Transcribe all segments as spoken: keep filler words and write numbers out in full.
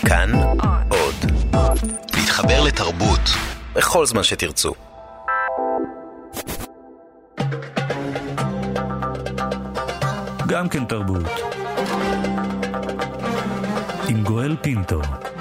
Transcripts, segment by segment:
כאן עוד. להתחבר לתרבות בכל זמן שתרצו. גם כן תרבות. עם גואל פינטו.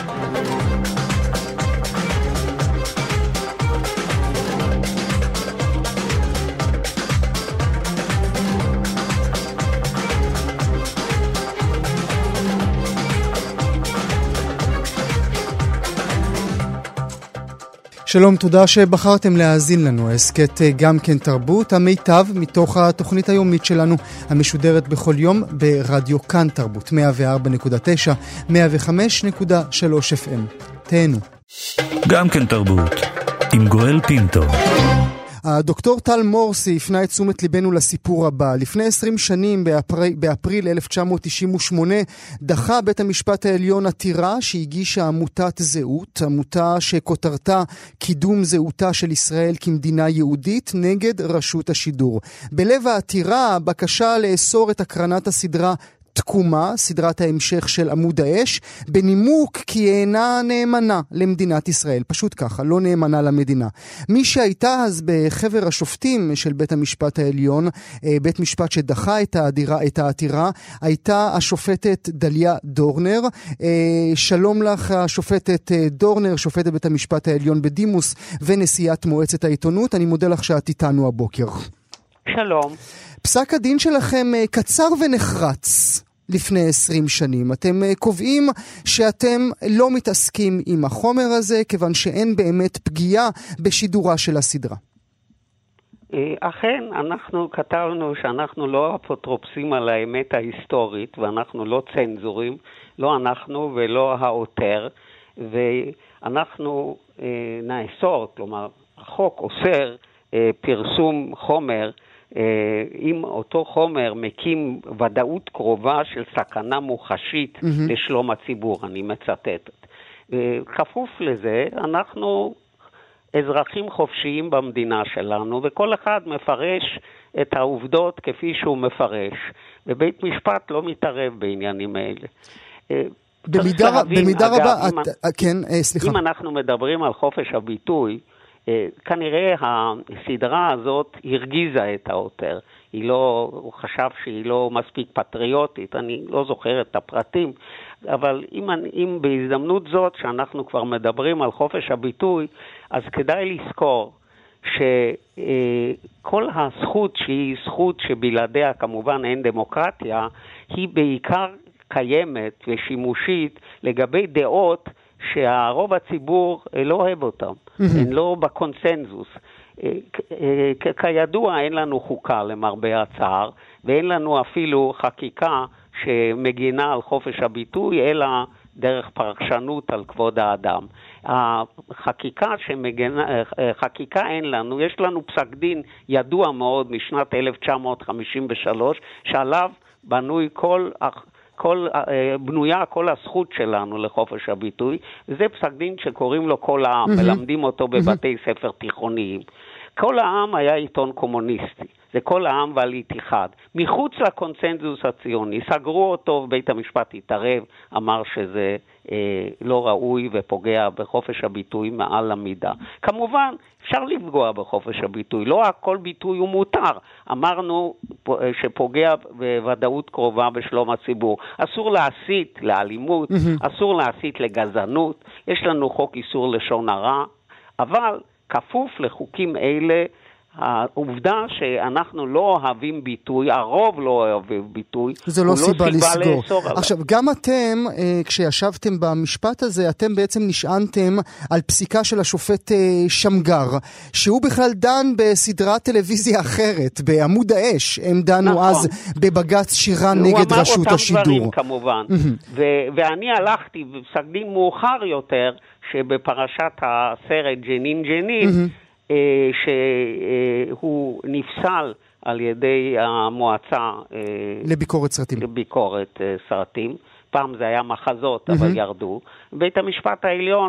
שלום, תודה שבחרתם להאזין לנו. הסקט גם כן תרבות, המיטב מתוך התוכנית היומית שלנו, המשודרת בכל יום ברדיו כאן תרבות, מאה וארבע נקודה תשע, מאה וחמש נקודה שלוש אף אם. תהנו. גם כן תרבות, עם גואל פינטו. הדוקטור טל מורסי הפנה את תשומת ליבנו לסיפור הבא. לפני עשרים שנים, באפריל, באפריל אלף תשע מאות תשעים ושמונה, דחה בית המשפט העליון עתירה שהגישה עמותת זהות, עמותה שכותרתה קידום זהותה של ישראל כמדינה יהודית נגד רשות השידור. בלב העתירה, בקשה לאסור את הקרנת הסדרה תקומה, סדרת ההמשך של עמוד האש, בנימוק כי היא אינה נאמנה למדינת ישראל. פשוט ככה, לא נאמנה למדינה. מי שהייתה אז בחבר השופטים של בית המשפט העליון, בית משפט שדחה את העתירה, את העתירה, הייתה השופטת דליה דורנר. שלום לך, השופטת דורנר, שופטת בית המשפט העליון בדימוס ונשיאת מועצת העיתונות. אני מודה לך שאת איתנו הבוקר. שלום. פסק הדין שלכם קצר ונחרץ לפני עשרים שנים. אתם קובעים שאתם לא מתעסקים עם החומר הזה, כיוון שאין באמת פגיעה בשידורה של הסדרה. אכן, אנחנו כתבנו שאנחנו לא אפוטרופסים על האמת ההיסטורית, ואנחנו לא צנזורים, לא אנחנו ולא העותר, ואנחנו אה, נאסור, כלומר, החוק אוסר אה, פרסום חומר, אם אותו חומר מקים ודאות קרובה של סכנה מוחשית mm-hmm. לשלום הציבור, אני מצטטת. כפוף לזה, אנחנו אזרחים חופשיים במדינה שלנו, וכל אחד מפרש את העובדות כפי שהוא מפרש, ובית משפט לא מתערב בעניינים האלה. במידה, להבין, במידה אגב, רבה, אם, את, כן, סליחה. אם אנחנו מדברים על חופש הביטוי, כנראה הסדרה הזאת הרגיזה את העותר. היא לא, הוא חשב שהיא לא מספיק פטריוטית, אני לא זוכר את הפרטים, אבל אם, אם בהזדמנות זאת שאנחנו כבר מדברים על חופש הביטוי, אז כדאי לזכור שכל הזכות שהיא זכות שבלעדיה כמובן אין דמוקרטיה, היא בעיקר קיימת ושימושית לגבי דעות שהרוב הציבור לא אוהב אותם, הן לא בקונסנזוס. כידוע אין לנו חוקה למרבה הצער, ואין לנו אפילו חקיקה שמגינה על חופש הביטוי, אלא דרך פרשנות על כבוד האדם. החקיקה שמגינה, חקיקה אין לנו, יש לנו פסק דין ידוע מאוד משנת אלף תשע מאות חמישים ושלוש, שעליו בנוי כל כל, בנויה כל הזכות שלנו לחופש הביטוי, וזה פסק דין שקוראים לו כל העם, mm-hmm. מלמדים אותו בבתי mm-hmm. ספר תיכוניים. כל העם היה עיתון קומוניסטי, זה כל העם ועלית אחד. מחוץ לקונסנזוס הציוני, סגרו אותו, בית המשפט התערב, אמר שזה אה, לא ראוי ופוגע בחופש הביטוי מעל המידה. כמובן, אפשר לפגוע בחופש הביטוי, לא הכל ביטוי הוא מותר. אמרנו שפוגע בוודאות קרובה בשלום הציבור. אסור להסית לאלימות, mm-hmm. אסור להסית לגזענות, יש לנו חוק איסור לשון הרע, אבל כפוף לחוקים אלה, העובדה שאנחנו לא אוהבים ביטוי, הרוב לא אוהבים ביטוי, זה לא סיבה לסגור. עכשיו, גם אתם, כשישבתם במשפט הזה, אתם בעצם נשענתם על פסיקה של השופט שמגר, שהוא בכלל דן בסדרת טלוויזיה אחרת, בעמוד האש. הם דנו אז בבג"ץ שירן נגד רשות השידור. הוא אמר אותם דברים כמובן. ואני הלכתי בפסק דין מאוחר יותר, שבפרשת הסרט ג'נין ג'נין, שהוא נפסל על ידי המועצה לביקורת סרטים. לביקורת סרטים. פעם זה היה מחזות, אבל ירדו. בית המשפט העליון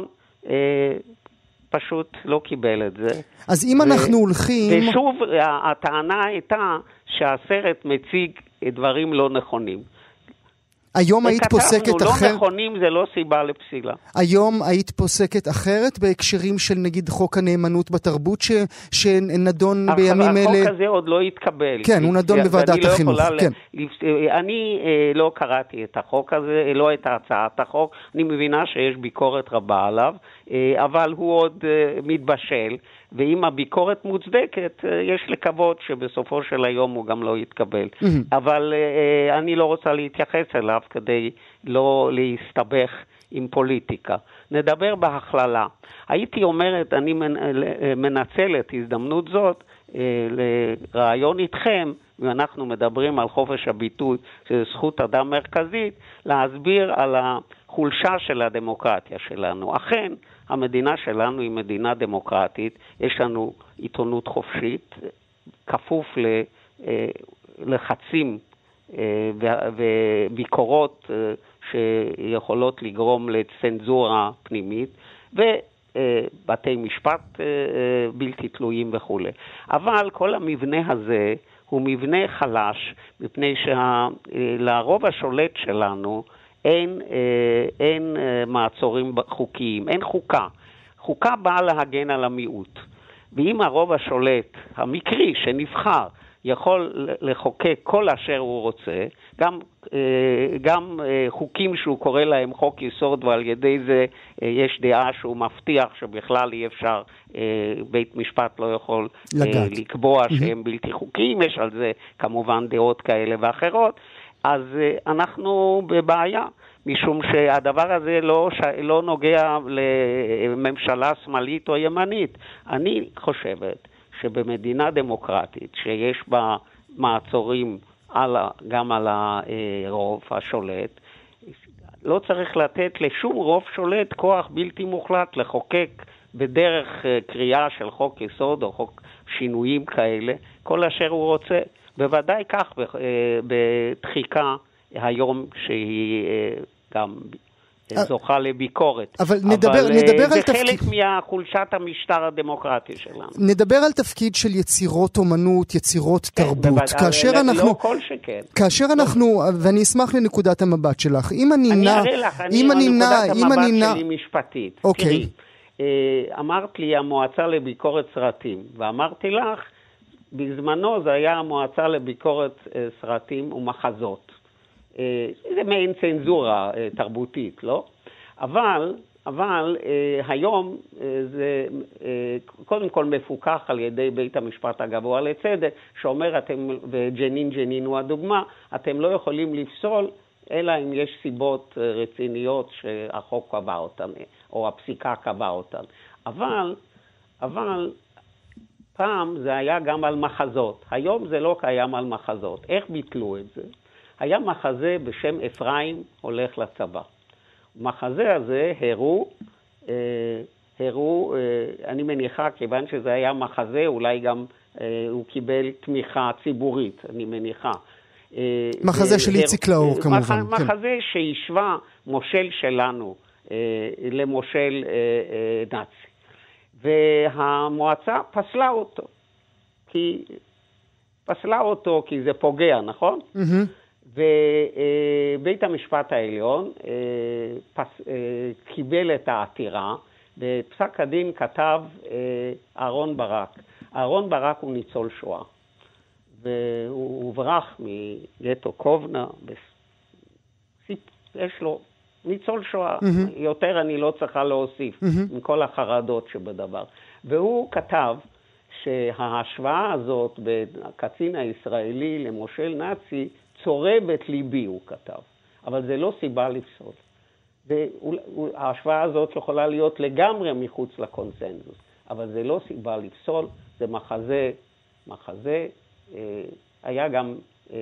פשוט לא קיבל את זה. אז אם אנחנו הולכים... ושוב, הטענה הייתה שהסרט מציג דברים לא נכונים. היום היית פוסקת אחרת? לא נכונים זה לא סיבה לפסילה. היום היית פוסקת אחרת בהקשרים של נגיד חוק הנאמנות בתרבות ש... שנדון בימים אלה? החוק הזה עוד לא התקבל. כן, הוא נדון בוועדת החינוך. כן. אני לא קראתי את החוק הזה, לא את הצעת החוק. אני מבינה שיש ביקורת רבה עליו, אבל הוא עוד מתבשל. ואם הביקורת מוצדקת, יש לקוות שבסופו של היום הוא גם לא יתקבל. Mm-hmm. אבל uh, אני לא רוצה להתייחס אליו כדי לא להסתבך עם פוליטיקה. נדבר בהכללה. הייתי אומרת, אני מנצל את הזדמנות זאת uh, לרעיון איתכם, ואנחנו מדברים על חופש הביטוי, שזה זכות אדם מרכזית, להסביר על החולשה של הדמוקרטיה שלנו. אכן, המדינה שלנו היא מדינה דמוקרטית, יש לנו עיתונות חופשית, כפוף ללחצים וביקורות שיכולות לגרום לצנזורה פנימית, ובתי משפט בלתי תלויים וכו'. אבל כל המבנה הזה הוא מבנה חלש, מפני שלרוב השולט שלנו, אין, אין מעצורים חוקיים, אין חוקה. חוקה באה להגן על המיעוט. ואם הרוב השולט, המקרי שנבחר, יכול לחוקק כל אשר הוא רוצה, גם, גם חוקים שהוא קורא להם חוק יסוד, ועל ידי זה יש דעה שהוא מבטיח שבכלל אי אפשר, בית משפט לא יכול לגעת. לקבוע שהם בלתי חוקיים, יש על זה כמובן דעות כאלה ואחרות, אז אנחנו בבעיה, משום שהדבר הזה לא, לא נוגע לממשלה שמאלית או ימנית. אני חושבת שבמדינה דמוקרטית, שיש בה מעצורים על, גם על הרוב השולט, לא צריך לתת לשום רוב שולט כוח בלתי מוחלט לחוקק בדרך קריאה של חוק יסוד או חוק שינויים כאלה, כל אשר הוא רוצה. בוודאי כך בתחיקה היום שהיא גם זוכה לביקורת. אבל נדבר, אבל נדבר על זה תפקיד... חלק מהחולשת המשטר הדמוקרטי שלנו. נדבר על תפקיד של יצירות אומנות, יצירות כן, תרבות. בבד... כאשר לא אנחנו... לא כל שכן. כאשר אנחנו, ואני אשמח לנקודת המבט שלך, אם אני אני נע... אראה לך, אם אני נקודת המבט נע... שלי משפטית. אוקיי. תראי, אמרת לי המועצה לביקורת סרטים, ואמרתי לך, בזמנו זה היה המועצה לביקורת סרטים ומחזות. זה מעין צנזורה תרבותית, לא? אבל, אבל היום זה קודם כל מפוקח על ידי בית המשפט הגבוה לצדק, שאומר, אתם, וג'נין ג'נין הוא הדוגמה, אתם לא יכולים לפסול, אלא אם יש סיבות רציניות שהחוק קבע אותן, או הפסיקה קבע אותן. אבל, אבל, פעם זה היה גם על מחזות. היום זה לא קיים על מחזות. איך ביטלו את זה? היה מחזה בשם אפרים הולך לצבא. מחזה הזה הראו, אה, הראו, אה, אני מניחה, כיוון שזה היה מחזה, אולי גם אה, הוא קיבל תמיכה ציבורית, אני מניחה. אה, מחזה אה, של איציק לאור, כמובן. מח, כן. מחזה שהשווה מושל שלנו אה, למושל אה, אה, נאצי. והמועצה פסלה אותו, כי פסלה אותו כי זה פוגע, נכון? Mm-hmm. ובית המשפט העליון פס, קיבל את העתירה, בפסק הדין כתב אהרון ברק. אהרון ברק הוא ניצול שואה, והוא הוברח מגטו קובנה, יש לו ניצול שואה, mm-hmm. יותר אני לא צריכה להוסיף, mm-hmm. עם כל החרדות שבדבר. והוא כתב שההשוואה הזאת בין הקצין הישראלי למושל נאצי צורבת ליבי, הוא כתב. אבל זה לא סיבה לפסול. ההשוואה הזאת יכולה להיות לגמרי מחוץ לקונסנזוס, אבל זה לא סיבה לפסול, זה מחזה, מחזה, אה, היה גם, אה,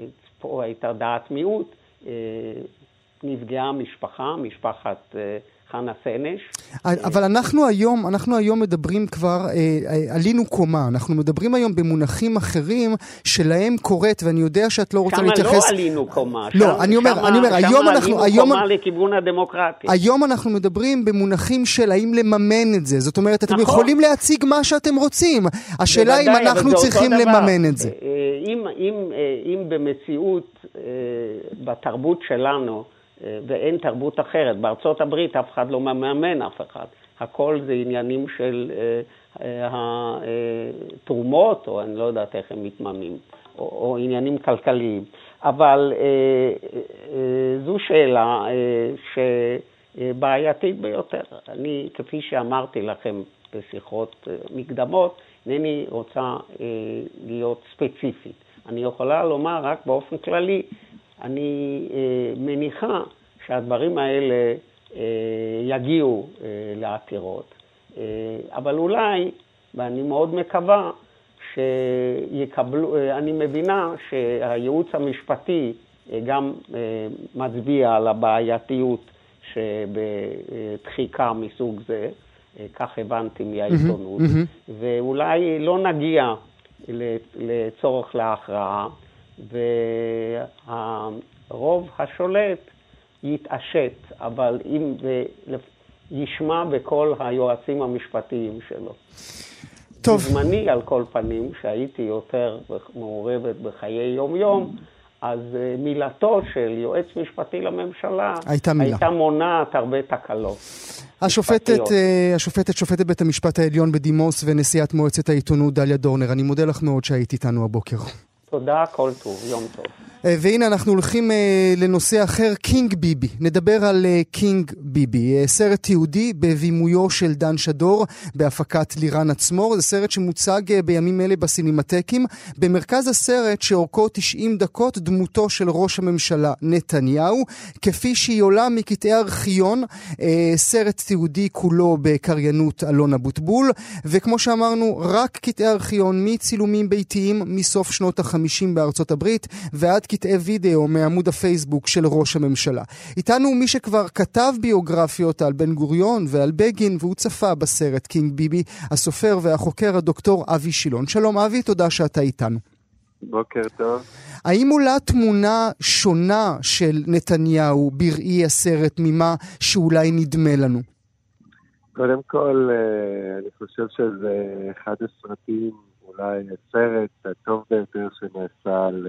פה הייתה דעת מיעוט, אה, נפגעה משפחה, משפחת חנה סנש. אבל אנחנו היום, אנחנו היום מדברים כבר, עלינו קומה, אנחנו מדברים היום במונחים אחרים שלהם קוראת, ואני יודע שאת לא רוצה להתייחס... שמה לא עלינו קומה. לא, אני אומר, אני אומר, היום אנחנו... שמה עלינו קומה לכיוון הדמוקרטיה. היום אנחנו מדברים במונחים של האם לממן את זה. זאת אומרת, אתם יכולים להציג מה שאתם רוצים. השאלה אם אנחנו צריכים לממן את זה. אם במציאות, בתרבות שלנו, ואין תרבות אחרת. בארצות הברית אף אחד לא מממן אף אחד. הכל זה עניינים של התרומות, או אני לא יודעת איך הם מתממים, או, או עניינים כלכליים. אבל זו שאלה שבעייתית ביותר. אני, כפי שאמרתי לכם בשיחות מקדמות, אינני רוצה להיות ספציפית. אני יכולה לומר רק באופן כללי, אני אה, מניחה שהדברים האלה אה, יגיעו אה, לעתירות, אה, אבל אולי, ואני מאוד מקווה, שיקבלו, אה, אני מבינה שהייעוץ המשפטי אה, גם אה, מצביע על הבעייתיות שבדחיקה מסוג זה, אה, כך הבנתי מהעיתונות, mm-hmm, mm-hmm. ואולי לא נגיע לצורך להכרעה, והרוב השולט יתעשת, אבל אם ישמע בכל היועצים המשפטיים שלו. טוב. בזמני על כל פנים, שהייתי יותר מעורבת בחיי יום יום, אז מילתו של יועץ משפטי לממשלה הייתה, הייתה מונעת הרבה תקלות. השופטת, השופטת, שופטת בית המשפט העליון בדימוס ונשיאת מועצת העיתונות דליה דורנר, אני מודה לך מאוד שהיית איתנו הבוקר. תודה, כל טוב, יום טוב. והנה אנחנו הולכים לנושא אחר, קינג ביבי. נדבר על קינג ביבי, סרט יהודי בבימויו של דן שדור, בהפקת לירן עצמור. זה סרט שמוצג בימים אלה בסינמטקים. במרכז הסרט שאורכו תשעים דקות, דמותו של ראש הממשלה נתניהו, כפי שהיא עולה מקטעי ארכיון, סרט תיעודי כולו בקריינות אלון אבוטבול, וכמו שאמרנו, רק קטעי ארכיון מצילומים ביתיים מסוף שנות החמישים בארצות הברית, ועד קטעי וידאו מעמוד הפייסבוק של ראש הממשלה. איתנו מי שכבר כתב ביוגרפיות על בן גוריון ועל בגין, והוא צפה בסרט קינג ביבי, הסופר והחוקר הדוקטור אבי שילון. שלום אבי, תודה שאתה איתנו. בוקר טוב. האם עולה תמונה שונה של נתניהו בראי הסרט ממה שאולי נדמה לנו? קודם כל, אני חושב שזה אחד הסרטים, אולי הסרט הטוב ביותר שנעשה על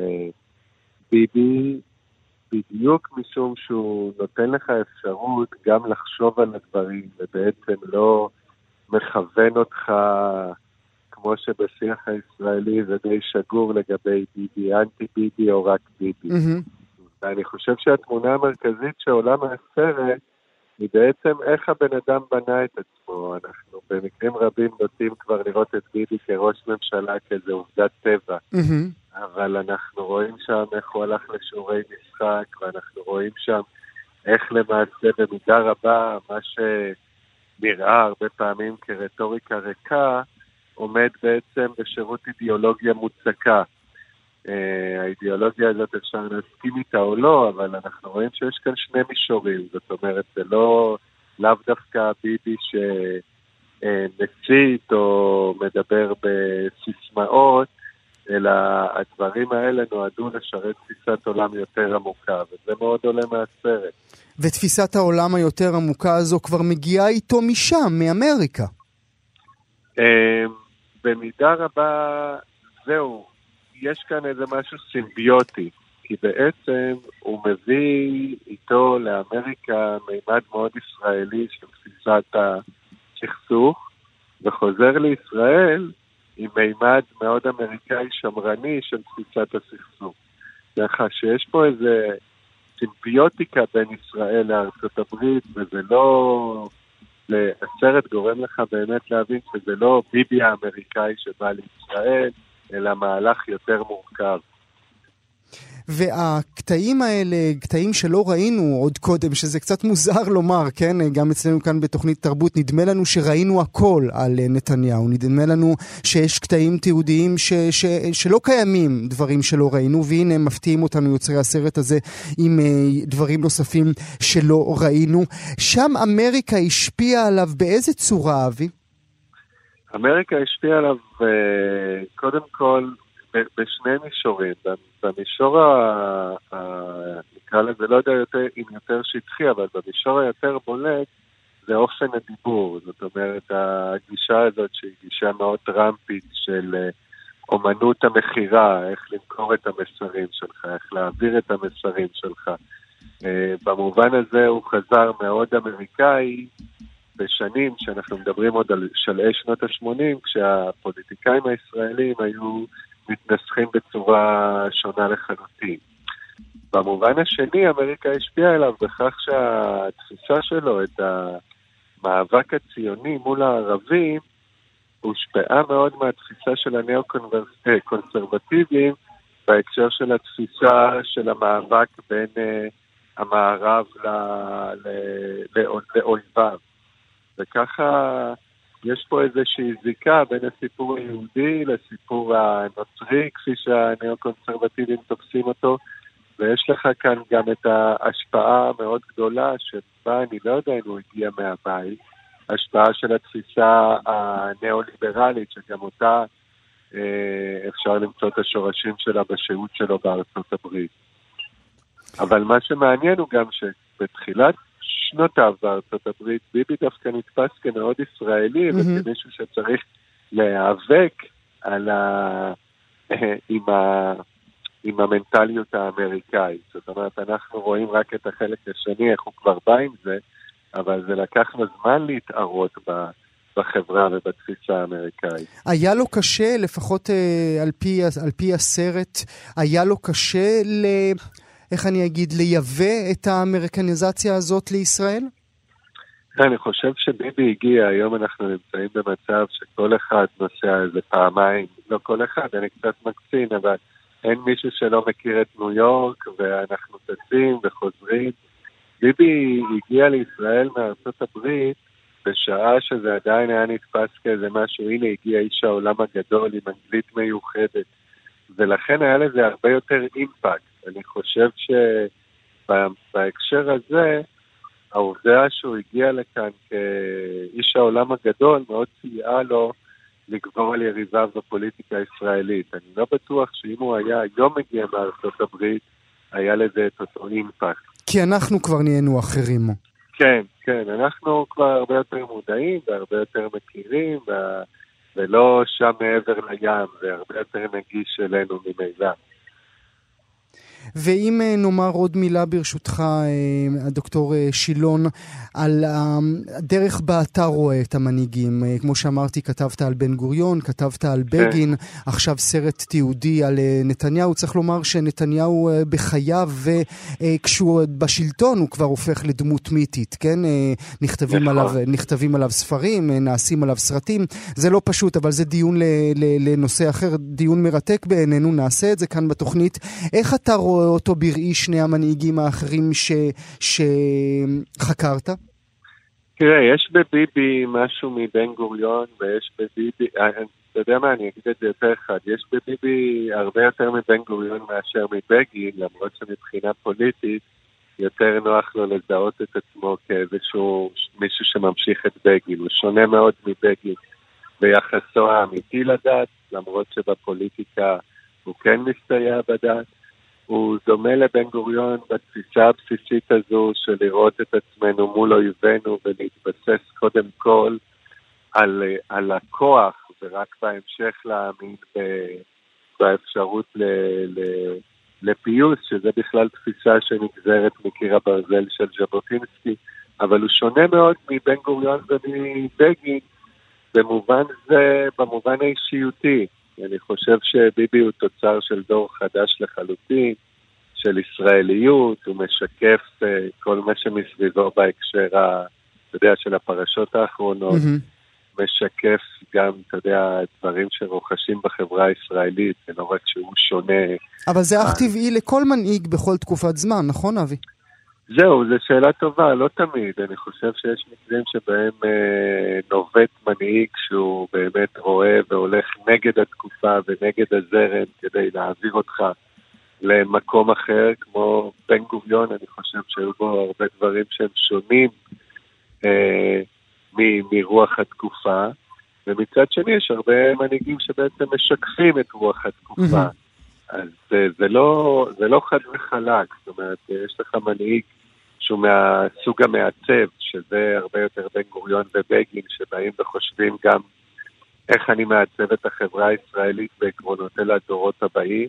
ביבי, בדיוק משום שהוא נותן לך אפשרות גם לחשוב על הדברים, ובעצם לא מכוון אותך, כמו שבשיח הישראלי זה די שגור לגבי ביבי, אנטי ביבי או רק ביבי. Mm-hmm. ואני חושב שהתמונה המרכזית שעולה מהסרט, היא בעצם איך הבן אדם בנה את עצמו. אנחנו במקרים רבים נוטים כבר לראות את ביבי כראש ממשלה כאיזו עובדת טבע. Mm-hmm. אבל אנחנו רואים שם איך הוא הלך לשיעורי משחק, ואנחנו רואים שם איך למעשה במידה רבה, מה שנראה הרבה פעמים כרטוריקה ריקה, עומד בעצם בשירות אידיאולוגיה מוצקה. האידיאולוגיה הזאת אפשר להסכים איתה או לא, אבל אנחנו רואים שיש כאן שני מישורים. זאת אומרת, זה לא לאו דווקא ביבי שמצית או מדבר בסיסמאות, אלא הדברים האלה נועדו לשרת תפיסת עולם יותר עמוקה, וזה מאוד עולה מהסרט. ותפיסת העולם היותר עמוקה הזו כבר מגיעה איתו משם, מאמריקה. במידה רבה, זהו, יש כאן איזה משהו סימביוטי, כי בעצם הוא מביא איתו לאמריקה מימד מאוד ישראלי של תפיסת הסכסוך, וחוזר לישראל עם מימד מאוד אמריקאי שמרני של תפיסת הסכסוך. ככה שיש פה איזה סימביוטיקה בין ישראל לארצות הברית, וזה לא... הסרט גורם לך באמת להבין שזה לא ביבי האמריקאי שבא לישראל, אלא מהלך יותר מורכב. והקטעים האלה, קטעים שלא ראינו עוד קודם, שזה קצת מוזר לומר, כן? גם אצלנו כאן בתוכנית תרבות, נדמה לנו שראינו הכל על נתניהו, נדמה לנו שיש קטעים תיעודיים ש, ש, שלא קיימים, דברים שלא ראינו, והנה הם מפתיעים אותנו יוצרי הסרט הזה עם uh, דברים נוספים שלא ראינו. שם אמריקה השפיעה עליו באיזה צורה, אבי? אמריקה השפיעה עליו uh, קודם כל בשני מישורים. במישור ה... נקרא לזה, לא יודע יותר, אם יותר שטחי, אבל במישור היותר בולט זה אופן הדיבור. זאת אומרת, הגישה הזאת שהיא גישה מאוד טראמפית של אומנות המחירה, איך למכור את המסרים שלך, איך להעביר את המסרים שלך. במובן הזה הוא חזר מאוד אמריקאי בשנים שאנחנו מדברים עוד על שלהי שנות ה-שמונים, כשהפוליטיקאים הישראלים היו מתנסחים בצורה שונה לחלוטין. במובן השני, אמריקה השפיעה אליו בכך שהתפיסה שלו, את המאבק הציוני מול הערבים, הושפעה מאוד מהתפיסה של הנאו-קונסרבטיבים, בהקשר של התפיסה של המאבק בין uh, המערב לאויביו. וככה יש פה איזושהי זיקה בין הסיפור היהודי לסיפור הנוצרי, כפי שהנאו-קונסרבטיבים תופסים אותו, ויש לך כאן גם את ההשפעה המאוד גדולה, שבה אני לא יודע אם הוא הגיע מהבית, השפעה של התפיסה הנאו-ליברלית, שגם אותה אפשר למצוא את השורשים שלה בשהות שלו בארצות הברית. אבל מה שמעניין הוא גם שבתחילת שנותיו בארצות הברית, ביבי דווקא נתפס כמאוד ישראלי, mm-hmm. וכמישהו שצריך להיאבק על ה... עם, ה... עם המנטליות האמריקאית. זאת אומרת, אנחנו רואים רק את החלק השני, איך הוא כבר בא עם זה, אבל זה לקח לו זמן להתערות ב... בחברה ובתפיסה האמריקאית. היה לו קשה, לפחות על פי, על פי הסרט, היה לו קשה ל... איך אני אגיד, לייבא את האמריקניזציה הזאת לישראל? אני חושב שביבי הגיע, היום אנחנו נמצאים במצב שכל אחד נוסע איזה פעמיים, לא כל אחד, אני קצת מקצין, אבל אין מישהו שלא מכיר את ניו יורק, ואנחנו טסים וחוזרים. ביבי הגיע לישראל מארצות הברית, בשעה שזה עדיין היה נתפס כאיזה משהו, הנה הגיע איש העולם הגדול עם אנגלית מיוחדת, ולכן היה לזה הרבה יותר אימפקט. אני חושב שבהקשר הזה, העובדה שהוא הגיע לכאן כאיש העולם הגדול, מאוד סייעה לו לגבור על יריביו בפוליטיקה הישראלית. אני לא בטוח שאם הוא היה היום מגיע מארצות הברית, היה לזה את אותו אימפקט. כי אנחנו כבר נהיינו אחרים. כן, כן, אנחנו כבר הרבה יותר מודעים והרבה יותר מכירים, ו... ולא שם מעבר לים, והרבה יותר נגיש אלינו ממילא. ואם נאמר עוד מילה ברשותך, הדוקטור שילון, על הדרך בה אתה רואה את המנהיגים. כמו שאמרתי, כתבת על בן גוריון, כתבת על בגין, כן. עכשיו סרט תיעודי על נתניהו. צריך לומר שנתניהו בחייו, וכשהוא בשלטון הוא כבר הופך לדמות מיתית, כן? נכתבים, עליו, נכתבים עליו ספרים, נעשים עליו סרטים. זה לא פשוט, אבל זה דיון לנושא אחר, דיון מרתק בעינינו, נעשה את זה כאן בתוכנית. איך אתה רואה אותו בראי שני המנהיגים האחרים ש... שחקרת? תראה, יש בביבי משהו מבן גוריון, ויש בביבי, אתה יודע מה, אני אגיד את זה יותר אחד, יש בביבי הרבה יותר מבן גוריון מאשר מבגין, למרות שמבחינה פוליטית יותר נוח לו לזהות את עצמו כאיזשהו מישהו שממשיך את בגין. הוא שונה מאוד מבגין ביחסו האמיתי לדת, למרות שבפוליטיקה הוא כן מסתייע בדת. הוא דומה לבן גוריון בתפיסה הבסיסית הזו של לראות את עצמנו מול אויבינו ולהתבסס קודם כל על, על הכוח, ורק בהמשך להאמין באפשרות ל, ל, לפיוס, שזה בכלל תפיסה שנגזרת מקיר הברזל של ז'בוטינסקי, אבל הוא שונה מאוד מבן גוריון ומבגין במובן זה, במובן האישיותי. אני חושב שביבי הוא תוצר של דור חדש לחלוטין, של ישראליות, הוא משקף uh, כל מה שמסביבו בהקשר, אתה יודע, של הפרשות האחרונות. Mm-hmm. משקף גם, אתה יודע, דברים שרוכשים בחברה הישראלית, ולא רק שהוא שונה. אבל זה אך טבעי לכל מנהיג בכל תקופת זמן, נכון אבי? זהו, זו שאלה טובה, לא תמיד. אני חושב שיש מקרים שבהם אה, נובט מנהיג שהוא באמת רואה והולך נגד התקופה ונגד הזרם כדי להעביר אותך למקום אחר, כמו בן גוריון. אני חושב שהיו בו הרבה דברים שהם שונים אה, מ- מרוח התקופה, ומצד שני יש הרבה מנהיגים שבעצם משקפים את רוח התקופה. אז זה, זה לא, זה לא חד וחלק. זאת אומרת, יש לך מנהיג שהוא מהסוג המעצב, שזה הרבה יותר בן גוריון ובגין, שבאים וחושבים גם איך אני מעצב את החברה הישראלית בעקרונותיה לדורות הבאים.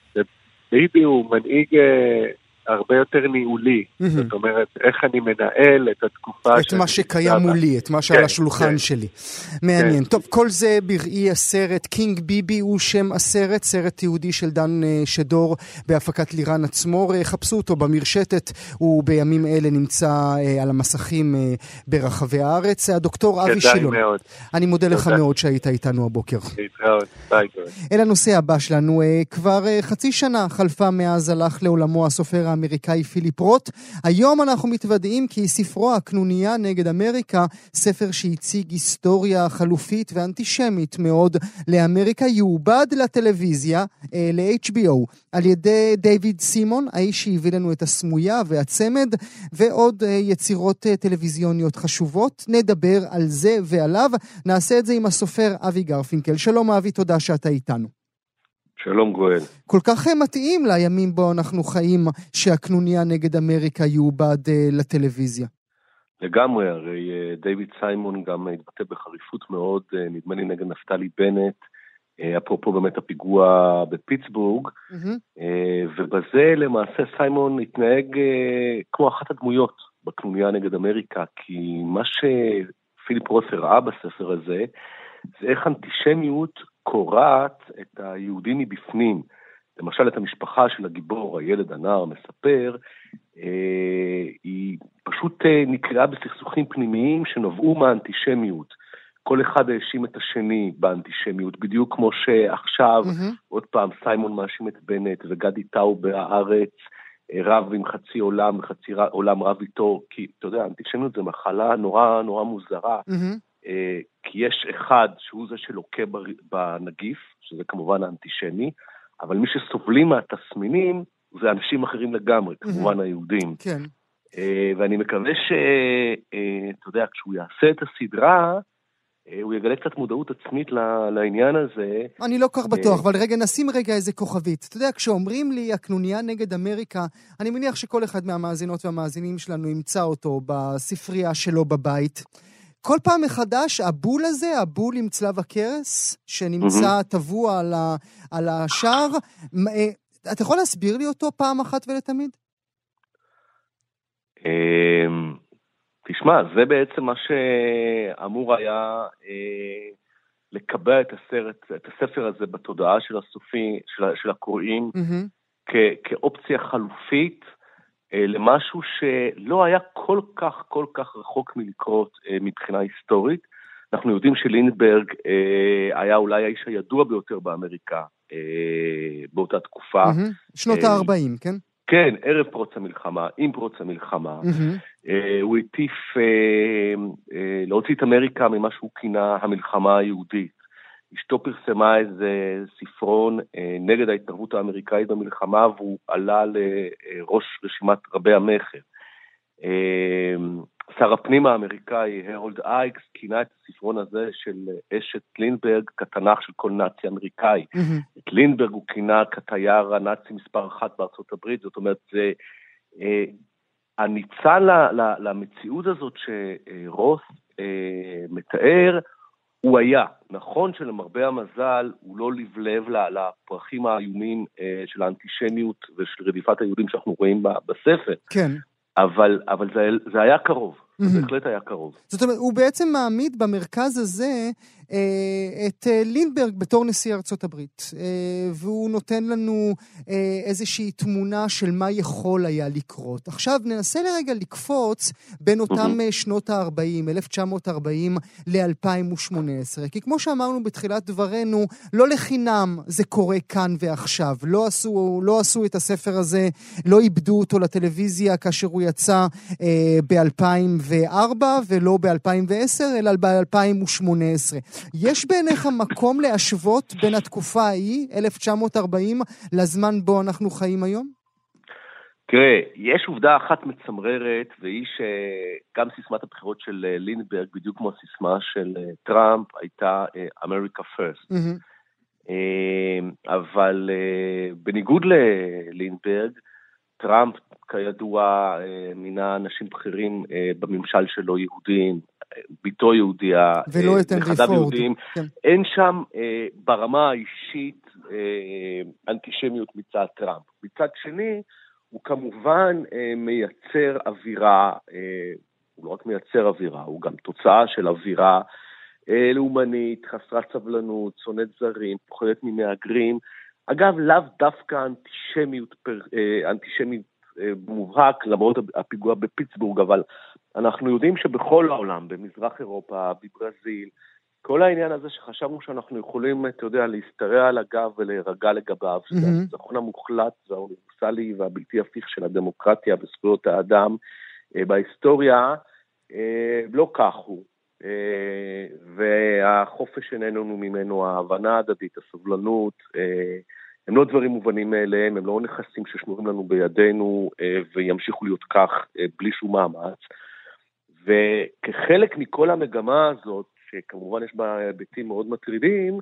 וביבי הוא מנהיג הרבה יותר ניהולי. זאת אומרת, איך אני מנהל את התקופה... את מה שקיים מולי, את מה שעל השולחן שלי. מעניין. טוב, כל זה בראי הסרט. קינג ביבי הוא שם הסרט, סרט תיעודי של דן שדור בהפקת לירן עצמו. חפשו אותו במרשתת, הוא בימים אלה נמצא על המסכים ברחבי הארץ. הדוקטור אבי שילון. אני מודה לך מאוד שהיית איתנו הבוקר. להתראות, ביי. אל הנושא הבא שלנו, כבר חצי שנה חלפה מאז הלך לעולמו הסופר האמריקאי פיליפ רוט. היום אנחנו מתוודעים כי ספרו הקנוניה נגד אמריקה, ספר שהציג היסטוריה חלופית ואנטישמית מאוד לאמריקה, יעובד לטלוויזיה, ל-אייץ' בי או, על ידי דיוויד סימון, האיש שהביא לנו את הסמויה והצמד, ועוד יצירות טלוויזיוניות חשובות. נדבר על זה ועליו. נעשה את זה עם הסופר אבי גרפינקל. שלום אבי, תודה שאתה איתנו. שלום גואל. כל כך מתאים לימים בו אנחנו חיים שהקנוניה נגד אמריקה יעובד לטלוויזיה. לגמרי, הרי דיוויד סיימון גם התבטא בחריפות מאוד, נדמה לי נגד נפתלי בנט, אפרופו באמת הפיגוע בפיטסבורג, mm-hmm. ובזה למעשה סיימון התנהג כמו אחת הדמויות בקנוניה נגד אמריקה, כי מה שפיליפ רוט ראה בספר הזה, זה איך אנטישמיות קוראת את היהודים מבפנים. למשל את המשפחה של הגיבור, הילד הנער מספר, אה, היא פשוט אה, נקראה בסכסוכים פנימיים שנובעו מהאנטישמיות. כל אחד האשים את השני באנטישמיות, בדיוק כמו שעכשיו, mm-hmm. עוד פעם, סיימון מאשים את בנט וגדי טאו בהארץ, רב עם חצי עולם, וחצי עולם רב איתו, כי אתה יודע, אנטישמיות זה מחלה נורא נורא מוזרה, mm-hmm. כי יש אחד שהוא זה שלוקה בנגיף, שזה כמובן האנטישמי, אבל מי שסובלים מהתסמינים זה אנשים אחרים לגמרי, כמובן היהודים. כן. ואני מקווה שאתה יודע, כשהוא יעשה את הסדרה, הוא יגלה קצת מודעות עצמית לעניין הזה. אני לא כך בטוח, אבל רגע, נשים רגע איזה כוכבית. אתה יודע, כשאומרים לי הקנוניה נגד אמריקה, אני מניח שכל אחד מהמאזינות והמאזינים שלנו ימצא אותו בספרייה שלו בבית. כל פעם מחדש, הבול הזה, הבול עם צלב הקרס, שנמצא טבוע על, ה, על השער, אתה יכול להסביר לי אותו פעם אחת ולתמיד? תשמע, זה בעצם מה שאמור היה לקבע את הסרט, את הספר הזה בתודעה של הסופי, של, של הקוראים, כ, כאופציה חלופית, למשהו שלא היה כל כך, כל כך רחוק מלקרות מבחינה היסטורית. אנחנו יודעים שלינדברג היה אולי האיש הידוע ביותר באמריקה באותה תקופה. שנות ה-ארבעים, כן? כן, ערב פרוץ המלחמה, עם פרוץ המלחמה. הוא הטיף להוציא את אמריקה ממה שהוא כינה המלחמה היהודית. אשתו פרסמה איזה ספרון נגד ההתערבות האמריקאית במלחמה, והוא עלה לראש רשימת רבי המכר. שר הפנים האמריקאי, הרולד אייקס, כינה את הספרון הזה של אשת לינדברג כתנ"ך של כל נאצי אמריקאי. Mm-hmm. את לינדברג הוא כינה כתייר הנאצי מספר אחת בארצות הברית, זאת אומרת, זה הניצן למציאות הזאת שרוס מתאר, הוא היה. נכון שלמרבה המזל הוא לא לבלב לפרחים האיומים של האנטישמיות ושל רדיפת היהודים שאנחנו רואים בספר. כן. אבל, אבל זה, זה היה קרוב. זה בהחלט היה קרוב. זאת אומרת, הוא בעצם מעמיד במרכז הזה אה, את אה, לינדברג בתור נשיא ארצות הברית, אה, והוא נותן לנו אה, איזושהי תמונה של מה יכול היה לקרות. עכשיו ננסה לרגע לקפוץ בין אותם mm-hmm. שנות ה-ארבעים, אלף תשע מאות ארבעים ל-אלפיים ושמונה עשרה, כי כמו שאמרנו בתחילת דברנו, לא לחינם זה קורה כאן ועכשיו. לא עשו, לא עשו את הספר הזה, לא איבדו אותו לטלוויזיה כאשר הוא יצא אה, ב-אלפיים וארבע ולא ב-אלפיים ועשר, אלא ב-אלפיים ושמונה עשרה. יש בעיניך מקום להשוות בין התקופה ההיא, אלף תשע מאות ארבעים, לזמן בו אנחנו חיים היום? תראה, יש עובדה אחת מצמררת, והיא שגם סיסמת הבחירות של לינדברג, בדיוק כמו הסיסמה של טראמפ, הייתה America First. Mm-hmm. אבל בניגוד ללינדברג, טראמפ כידוע מינה אנשים בכירים בממשל שלו יהודים, ביתו יהודיה, ולא את הנרי פורד. כן. אין שם ברמה האישית אנטישמיות מצד טראמפ. מצד שני, הוא כמובן מייצר אווירה, הוא לא רק מייצר אווירה, הוא גם תוצאה של אווירה לאומנית, חסרת סבלנות, שונאת זרים, פוחדת ממהגרים. אגב, לאו דווקא אנטישמיות, אנטישמיות מובהק, למרות הפיגוע בפיטסבורג, אבל אנחנו יודעים שבכל העולם, במזרח אירופה, בברזיל, כל העניין הזה שחשבנו שאנחנו יכולים, אתה יודע, להסתרע על הגב ולהירגע לגביו, mm-hmm. זה הניצחון המוחלט והאוניברסלי והבלתי הפיך של הדמוקרטיה וזכויות האדם אה, בהיסטוריה, אה, לא כך הוא. אה, והחופש איננו ממנו, ההבנה הדדית, הסובלנות, אה, הם לא דברים מובנים מאליהם, הם לא נכסים ששמורים לנו בידינו אה, וימשיכו להיות כך אה, בלי שום מאמץ. וכחלק מכל המגמה הזאת, שכמובן יש בה היבטים מאוד מטרידים,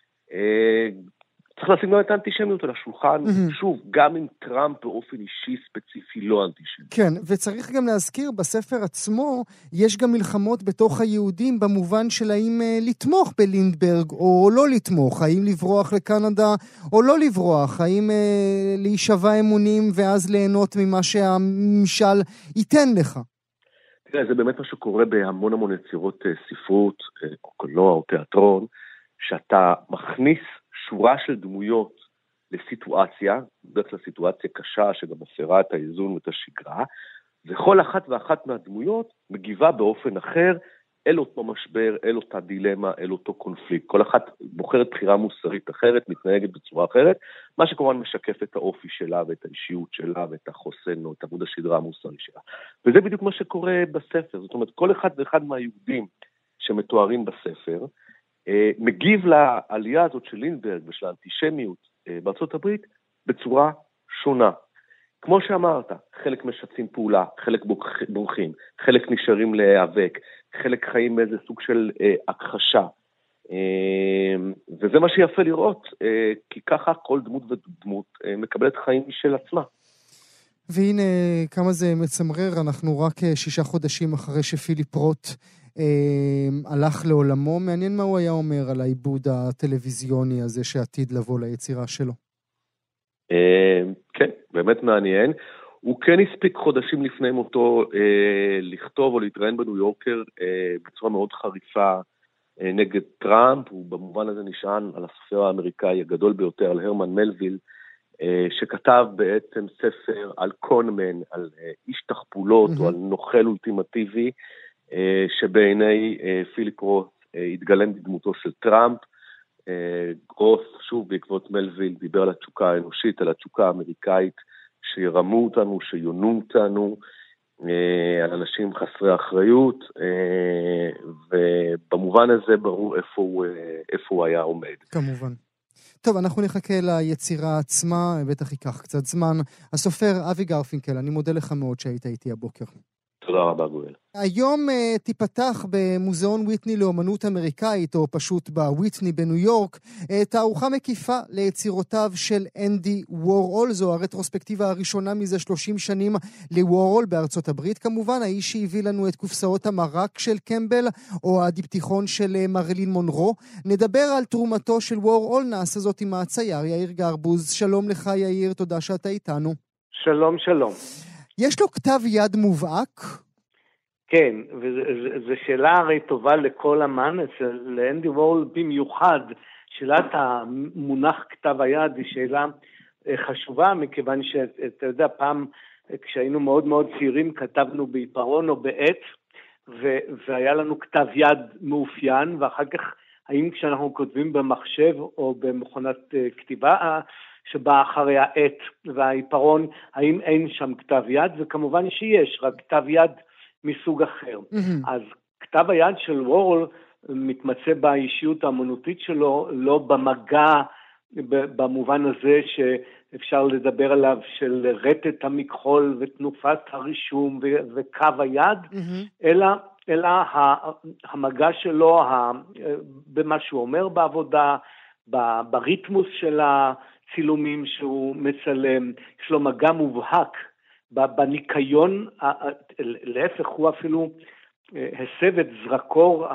צריך לשים גם את האנטישמיות על השולחן, שוב, גם עם טראמפ באופן אישי ספציפי לא אנטישמי. כן, וצריך גם להזכיר, בספר עצמו יש גם מלחמות בתוך היהודים, במובן של האם לתמוך בלינדברג או לא לתמוך, האם לברוח לקנדה או לא לברוח, האם להישבע אמונים ואז ליהנות ממה שהממשל ייתן לך. תראה, זה באמת מה שקורה בהמון המון יצירות ספרות, או קולנוע או תיאטרון, שאתה מכניס שורה של דמויות לסיטואציה, בדרך כלל סיטואציה קשה שגם מפרה את האיזון ואת השגרה, וכל אחת ואחת מהדמויות מגיבה באופן אחר, אל אותו משבר, אל אותה דילמה, אל אותו קונפליקט. כל אחת בוחרת בחירה מוסרית אחרת, מתנהגת בצורה אחרת, מה שכמובן משקף את האופי שלה ואת האישיות שלה ואת החוסן או את עמוד השדרה המוסרי שלה. וזה בדיוק מה שקורה בספר. זאת אומרת, כל אחד ואחד מהיהודים שמתוארים בספר, מגיב לעלייה הזאת של לינדברג ושל האנטישמיות בארצות הברית בצורה שונה. כמו שאמרת, חלק משתפים פעולה, חלק בורחים, חלק נשארים להיאבק, חלק חיים באיזה סוג של אה, הכחשה. אה, וזה מה שיפה לראות, אה, כי ככה כל דמות ודמות אה, מקבלת חיים משל עצמה. והנה כמה זה מצמרר, אנחנו רק שישה חודשים אחרי שפיליפ רוט אה, הלך לעולמו. מעניין מה הוא היה אומר על העיבוד הטלוויזיוני הזה שעתיד לבוא ליצירה שלו. אה, כן, באמת מעניין. הוא כן הספיק חודשים לפני מותו אה, לכתוב או להתראיין בניו יורקר אה, בצורה מאוד חריפה אה, נגד טראמפ. הוא במובן הזה נשען על הסופר האמריקאי הגדול ביותר, על הרמן מלוויל, אה, שכתב בעצם ספר על קונמן, על אה, איש תחפולות mm-hmm. או על נוכל אולטימטיבי, אה, שבעיני אה, פיליפ רוט אה, התגלם בדמותו של טראמפ. אה, רוט, שוב בעקבות מלוויל, דיבר על התשוקה האנושית, על התשוקה האמריקאית, שירמו אותנו, שיונו אותנו, על אנשים חסרי אחריות, ובמובן הזה ברור איפה הוא, איפה הוא היה עומד. כמובן. טוב, אנחנו נחכה ליצירה עצמה, בטח ייקח קצת זמן. הסופר אבי גרפינקל, אני מודה לך מאוד שהיית איתי הבוקר. תודה רבה, גואל. היום uh, תיפתח במוזיאון ויטני לאומנות אמריקאית, או פשוט בוויטני בניו יורק, uh, תערוכה מקיפה ליצירותיו של אנדי וורהול. זו הרטרוספקטיבה הראשונה מזה שלושים שנים לוורהול בארצות הברית. כמובן, האיש שהביא לנו את קופסאות המרק של קמבל, או הדיפתיכון של uh, מרילין מונרו. נדבר על תרומתו של וורהול, נעשה זאת עם הצייר יאיר גרבוז. שלום לך יאיר, תודה שאתה איתנו. שלום, שלום. יש לו כתב יד מובהק? כן, וזו שאלה הרי טובה לכל אמן, אצל לאנדי וורהול במיוחד, שאלת המונח כתב היד היא שאלה חשובה, מכיוון שאתה יודע, פעם כשהיינו מאוד מאוד צעירים כתבנו בעיפרון או בעט, ו- והיה לנו כתב יד מאופיין, ואחר כך האם כשאנחנו כותבים במחשב או במכונת uh, כתיבה שבאה אחרי העט והעיפרון, האם אין שם כתב יד? וכמובן שיש, רק כתב יד מסוג אחר. Mm-hmm. אז כתב היד של וורהול מתמצא באישיות האמנותית שלו, לא במגע במובן הזה שאפשר לדבר עליו של רטט המכחול ותנופת הרישום ו- וקו היד, mm-hmm. אלא, אלא המגע שלו במה שהוא אומר בעבודה, בריתמוס של הצילומים שהוא מצלם, יש לו מגע מובהק בניקיון, להפך הוא אפילו הסב את זרקור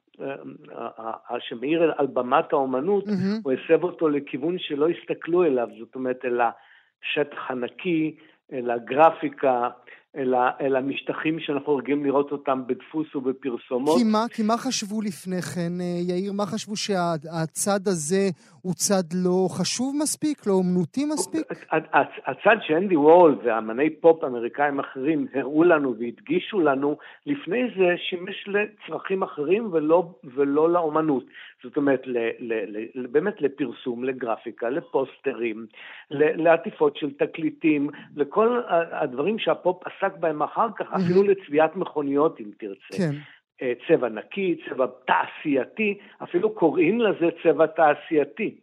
שמאיר על במת האומנות, הוא הסב אותו לכיוון שלא הסתכלו אליו, זאת אומרת אל השטח הנקי, אל הגרפיקה, אל המשטחים שאנחנו רגילים לראות אותם בדפוס ובפרסומות. כי מה, כי מה חשבו לפני כן, יאיר? מה חשבו שהצד הזה הוא צד לא חשוב מספיק, לא אומנותי מספיק? הצד שאנדי וורהול ואמני פופ אמריקאים אחרים הראו לנו והדגישו לנו, לפני זה שימש לצרכים אחרים ולא, ולא לאומנות. זאת אומרת, ל, ל, ל, באמת לפרסום, לגרפיקה, לפוסטרים, לעטיפות של תקליטים, לכל הדברים שהפופ עסק בהם אחר כך, אפילו לצביעת מכוניות, אם תרצה. כן. צבע נקי, צבע תעשייתי, אפילו קוראים לזה צבע תעשייתי.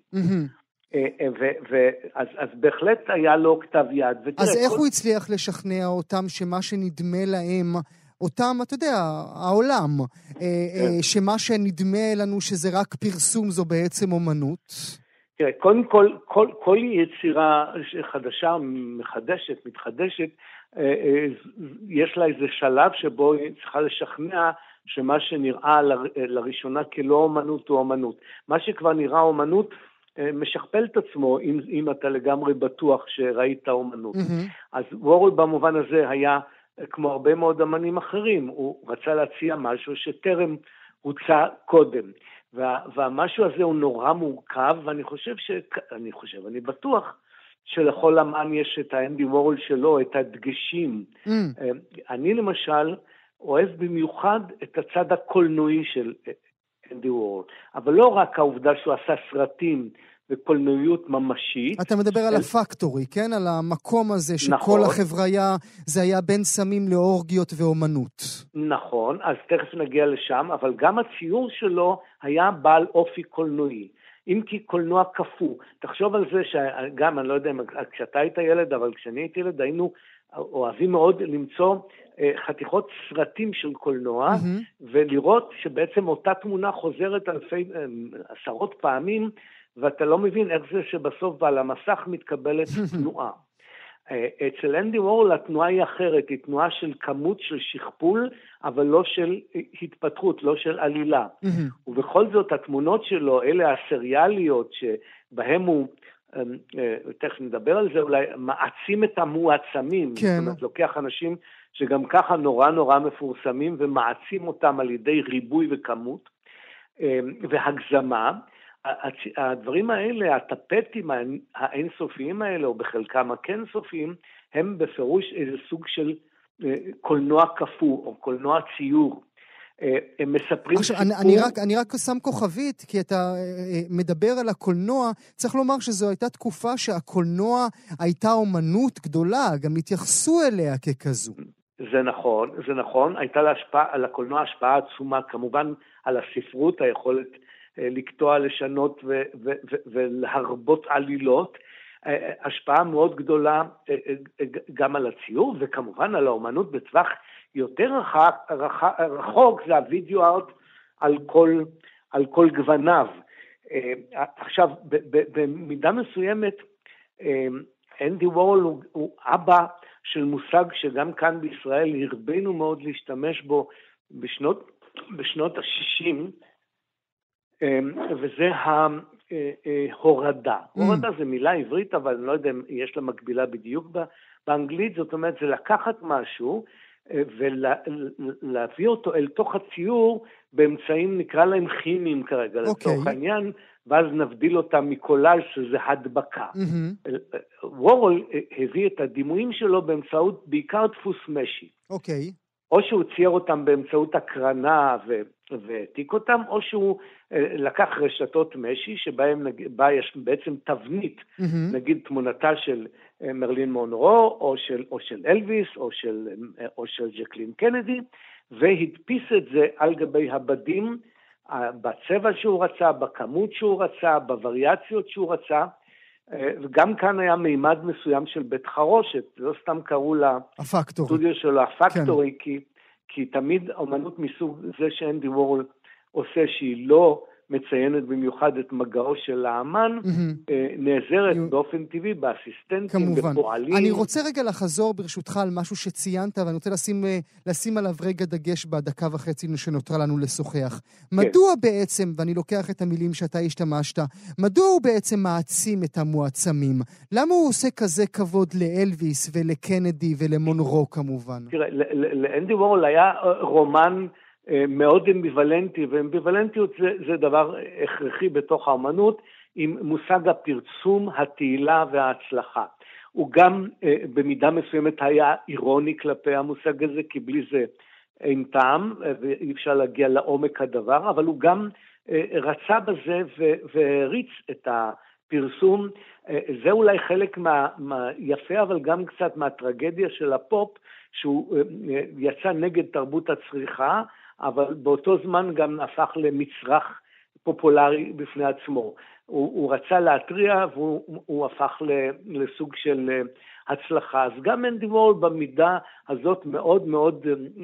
אז בהחלט היה לו כתב יד. אז איך הוא הצליח לשכנע אותם שמה שנדמה להם, אותם, אתה יודע, העולם, שמה שנדמה לנו שזה רק פרסום זו בעצם אומנות? תראה, קודם כל, כל יצירה חדשה, מחדשת, מתחדשת, יש לה איזה שלב שבו היא צריכה לשכנע שמה שנראה לראשונה כלא אומנות הוא אומנות. מה שכבר נראה אומנות משכפל את עצמו, אם, אם אתה לגמרי בטוח שראית אומנות. Mm-hmm. אז וורהול במובן הזה היה כמו הרבה מאוד אמנים אחרים, הוא רצה להציע משהו שטרם הוצא קודם. וה, והמשהו הזה הוא נורא מורכב, ואני חושב ש... אני חושב, אני בטוח שלכל אמן יש את האנדי וורהול שלו, את הדגשים. Mm. אני למשל אוהב במיוחד את הצד הקולנועי של אנדי וורהול, אבל לא רק העובדה שהוא עשה סרטים וקולנועיות ממשית. אתה מדבר על הפקטורי, כן? על המקום הזה שכל החברה היה, זה היה בין סמים לאורגיות ואומנות. נכון, אז תכף נגיע לשם, אבל גם הציור שלו היה בעל אופי קולנועי. אם כי קולנוע כפו. תחשוב על זה שגם, אני לא יודע, כשאתה היית ילד, אבל כשאני הייתי ילד, היינו אוהבים מאוד למצוא חתיכות סרטים של קולנוע, mm-hmm. ולראות שבעצם אותה תמונה חוזרת אלפי, עשרות פעמים, ואתה לא מבין איך זה שבסוף ועל המסך מתקבלת תנועה. אצל אנדי וורהול התנועה היא אחרת, היא תנועה של כמות של שכפול, אבל לא של התפתחות, לא של עלילה. ובכל זאת התמונות שלו, אלה הסריאליות שבהם הוא, תכף נדבר על זה, אולי מעצים את המועצמים, זאת אומרת, לוקח אנשים שגם ככה נורא נורא מפורסמים, ומעצים אותם על ידי ריבוי וכמות, והגזמה, הדברים האלה, הטפטים האינסופיים האלה, או בחלקם הכן סופיים, הם בפירוש איזה סוג של קולנוע כפו, או קולנוע ציור. הם מספרים עכשיו, סיפור... אני, אני, רק, אני רק שם כוכבית, כי אתה מדבר על הקולנוע, צריך לומר שזו הייתה תקופה שהקולנוע הייתה אומנות גדולה, גם התייחסו אליה ככזו. זה נכון, זה נכון, הייתה לה השפעה, על הקולנוע השפעה עצומה, כמובן על הספרות, היכולת לקטוע, לשנות ו- ו- ו- ולהרבות עלילות, השפעה מאוד גדולה גם על הציור, וכמובן על האומנות בטווח יותר רחוק, רחוק זה הווידאו ארט על כל, על כל גווניו. עכשיו, במידה מסוימת, אנדי וורהול הוא, הוא אבא של מושג שגם כאן בישראל הרבינו מאוד להשתמש בו בשנות, בשנות ה-שישים, וזה ההורדה. הורדה זה מילה עברית, אבל אני לא יודע אם יש לה מקבילה בדיוק באנגלית, זאת אומרת, זה לקחת משהו ולהביא אותו אל תוך הציור באמצעים, נקרא להם כימיים כרגע, okay. לתוך העניין, ואז נבדיל אותם מקולאז' שזה הדבקה. Mm-hmm. וורול הביא את הדימויים שלו באמצעות בעיקר דפוס משי. אוקיי. Okay. או שהוא צייר אותם באמצעות הקרנה והעתיק אותם, או שהוא לקח רשתות משי, שבהם בה יש בעצם תבנית, mm-hmm. נגיד תמונתה של מרלין מונרו, או של, או של אלוויס, או של, או של ג'קלין קנדי, והדפיס את זה על גבי הבדים, בצבע שהוא רצה, בכמות שהוא רצה, בווריאציות שהוא רצה, וגם כאן היה מימד מסוים של בית חרושת, לא סתם קראו לסטודיו שלו הפקטורי, כן. כי, כי תמיד אומנות מסוג זה שאנדי וורול עושה שהיא לא מציינת במיוחד את מגעו של האמן, mm-hmm. נעזרת you... באופן טבעי באסיסטנטים, כמובן. בפועלים. אני רוצה רגע לחזור ברשותך על משהו שציינת, ואני רוצה לשים, לשים עליו רגע דגש בדקה וחצי שנותרה לנו לשוחח. כן. מדוע בעצם, ואני לוקח את המילים שאתה השתמשת, מדוע הוא בעצם מעצים את המועצמים? למה הוא עושה כזה כבוד לאלוויס ולקנדי ולמונרו כמובן? תראה, לאנדי וורול היה רומן מאוד אמביוולנטי, ואמביוולנטיות זה, זה דבר הכרחי בתוך האמנות, עם מושג הפרסום, התהילה וההצלחה. הוא גם במידה מסוימת היה אירוני כלפי המושג הזה, כי בלי זה אין טעם, ואי אפשר להגיע לעומק הדבר, אבל הוא גם רצה בזה והריץ את הפרסום. זה אולי חלק מה, מה יפה, אבל גם קצת מהטרגדיה של הפופ, שהוא יצא נגד תרבות הצריכה, אבל באותו זמן גם הפך למצרך פופולרי בפני עצמו. הוא, הוא רצה להטריע, והוא הוא הפך לסוג של הצלחה. אז גם אנדי וורול במידה הזאת מאוד מאוד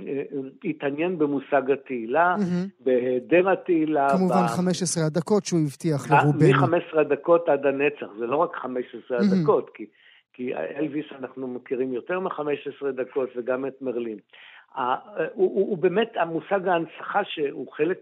התעניין במושג התהילה, mm-hmm. בהיעדר התהילה. כמובן ב... חמש עשרה הדקות שהוא הבטיח לרובנו. מ-חמש עשרה דקות עד הנצח, זה לא רק חמש עשרה mm-hmm. הדקות, כי, כי אלוויס אנחנו מכירים יותר מ-חמש עשרה דקות, וגם את מרלין. הוא, הוא, הוא באמת, המושג ההנצחה שהוא חלק